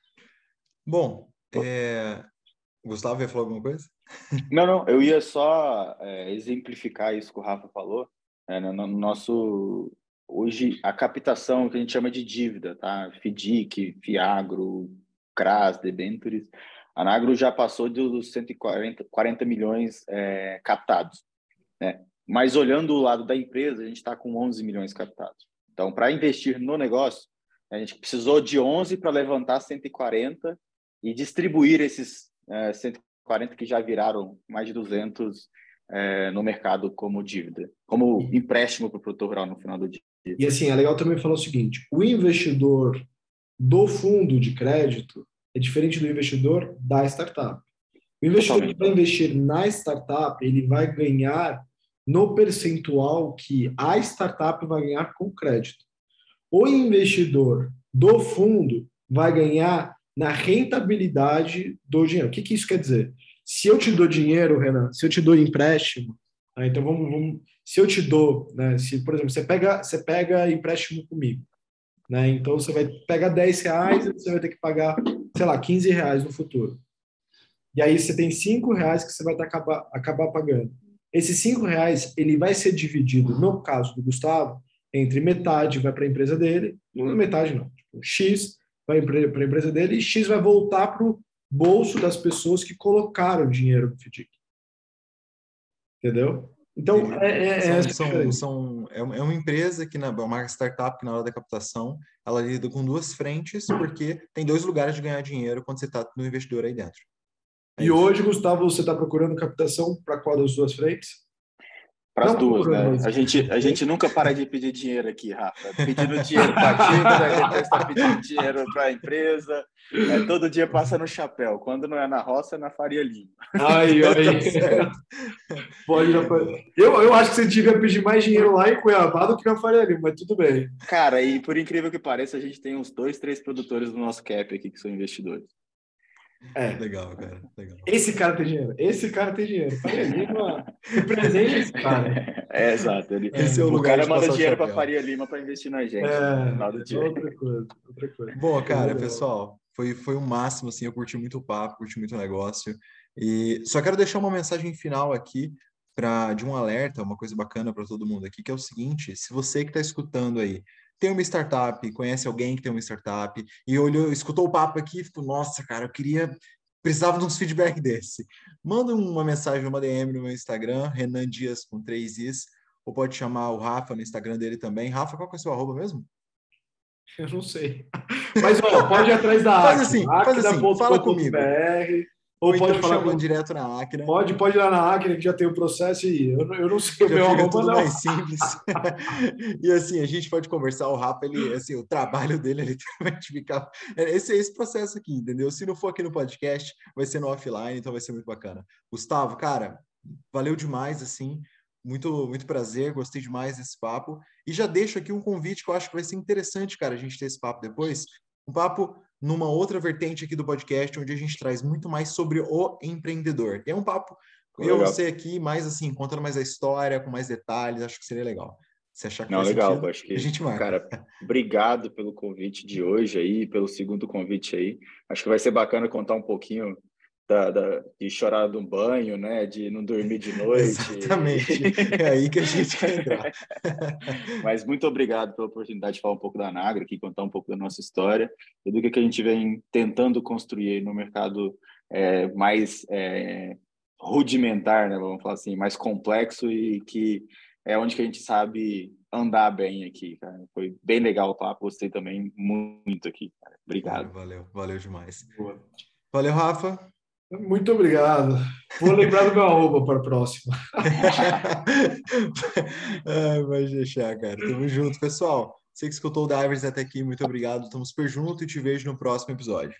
Bom, Gustavo ia falar alguma coisa? Não, eu ia só exemplificar isso que o Rafa falou. No nosso hoje a captação que a gente chama de dívida, tá? FDIC, Fiagro, CRAS, debêntures, a Nagro já passou dos 140 milhões captados, né? Mas olhando o lado da empresa, a gente está com 11 milhões captados. Então, para investir no negócio, a gente precisou de 11 para levantar 140 e distribuir esses 140 que já viraram mais de 200 no mercado como dívida, como empréstimo para o produtor rural no final do dia. E assim, é legal também falar o seguinte, o investidor do fundo de crédito é diferente do investidor da startup. O investidor que vai investir na startup, ele vai ganhar no percentual que a startup vai ganhar com crédito. O investidor do fundo vai ganhar na rentabilidade do dinheiro. O que isso quer dizer? Se eu te dou dinheiro, Renan, se eu te dou empréstimo, então vamos se eu te dou, né, se, por exemplo, você pega empréstimo comigo, né, então você vai pegar R$10 e você vai ter que pagar, sei lá, R$15 no futuro. E aí você tem R$5 que você vai acabar pagando. Esses R$5, ele vai ser dividido, no caso do Gustavo, entre metade vai para a empresa dele, não metade não, tipo, X vai para a empresa dele e X vai voltar para o bolso das pessoas que colocaram dinheiro no FDIC. Entendeu? Então, é uma empresa que, uma startup que na hora da captação, ela lida com duas frentes, porque tem dois lugares de ganhar dinheiro quando você está no investidor aí dentro. E hoje, Gustavo, você está procurando captação para qual das duas frentes? Para as Não, duas, né? mas- A gente nunca para de pedir dinheiro aqui, Rafa. Pedindo dinheiro para a gente está pedindo dinheiro para a empresa. Todo dia passa no chapéu. Quando não é na roça, é na Faria Lima. Aí, Tá aí. certo. Pode dar pra... eu acho que você devia pedir mais dinheiro lá em Cuiabá do que na Faria Lima, mas tudo bem. Cara, e por incrível que pareça, a gente tem uns 2, 3 produtores do nosso cap aqui que são investidores. Legal, cara. Legal. Esse cara tem dinheiro. Esse cara tem dinheiro. Faria Lima, represente esse cara. Exato. Esse é o O lugar cara de manda passar o dinheiro para chapéu. Faria Lima para investir na gente no final do dia. Outra coisa. Bom, cara, Legal. pessoal, foi o máximo, assim, eu curti muito o papo, curti muito o negócio, e só quero deixar uma mensagem final aqui de um alerta, uma coisa bacana para todo mundo aqui, que é o seguinte: se você que está escutando aí tem uma startup, conhece alguém que tem uma startup, e escutou o papo aqui e falou, nossa, cara, precisava de uns feedback desse. Manda uma mensagem, uma DM no meu Instagram, Renan Dias com 3 Is, ou pode chamar o Rafa no Instagram dele também. Rafa, qual que é o seu arroba mesmo? Eu não sei. Mas, ó, pode ir atrás da Faz Acna, assim, fala comigo. acna.com.br, Ou ou pode então falar chama com... direto na Acna. Pode ir lá na Acna, que já tem o processo, e eu não sei o Já meu fica arroba, tudo não. mais simples. E assim, a gente pode conversar. O Rafa, ele, assim, o trabalho dele é literalmente ficar. Esse processo aqui, entendeu? Se não for aqui no podcast, vai ser no offline, então vai ser muito bacana. Gustavo, cara, valeu demais, assim. Muito, muito prazer, gostei demais desse papo. E já deixo aqui um convite que eu acho que vai ser interessante, cara, a gente ter esse papo depois. Um papo numa outra vertente aqui do podcast, onde a gente traz muito mais sobre o empreendedor. E é um papo, Legal. você aqui, mais assim, contando mais a história, com mais detalhes, acho que seria legal. Se achar que Não, faz legal. sentido, Acho que, a gente marca. cara, obrigado pelo convite de hoje aí, pelo segundo convite aí. Acho que vai ser bacana contar um pouquinho de chorar num banho, né? De não dormir de noite. Exatamente. É aí que a gente quer entrar. Mas muito obrigado pela oportunidade de falar um pouco da Nagra aqui, contar um pouco da nossa história e do que a gente vem tentando construir aí no mercado mais rudimentar, né? Vamos falar assim, mais complexo e que é onde que a gente sabe andar bem aqui, cara. Foi bem legal o papo, gostei também muito aqui, cara. Obrigado. Valeu demais. Boa. Valeu, Rafa. Muito obrigado. Vou lembrar do meu arroba para a próxima. Vai deixar, cara. Tamo junto, pessoal. Você que escutou o Divers até aqui, muito obrigado. Tamo super junto e te vejo no próximo episódio.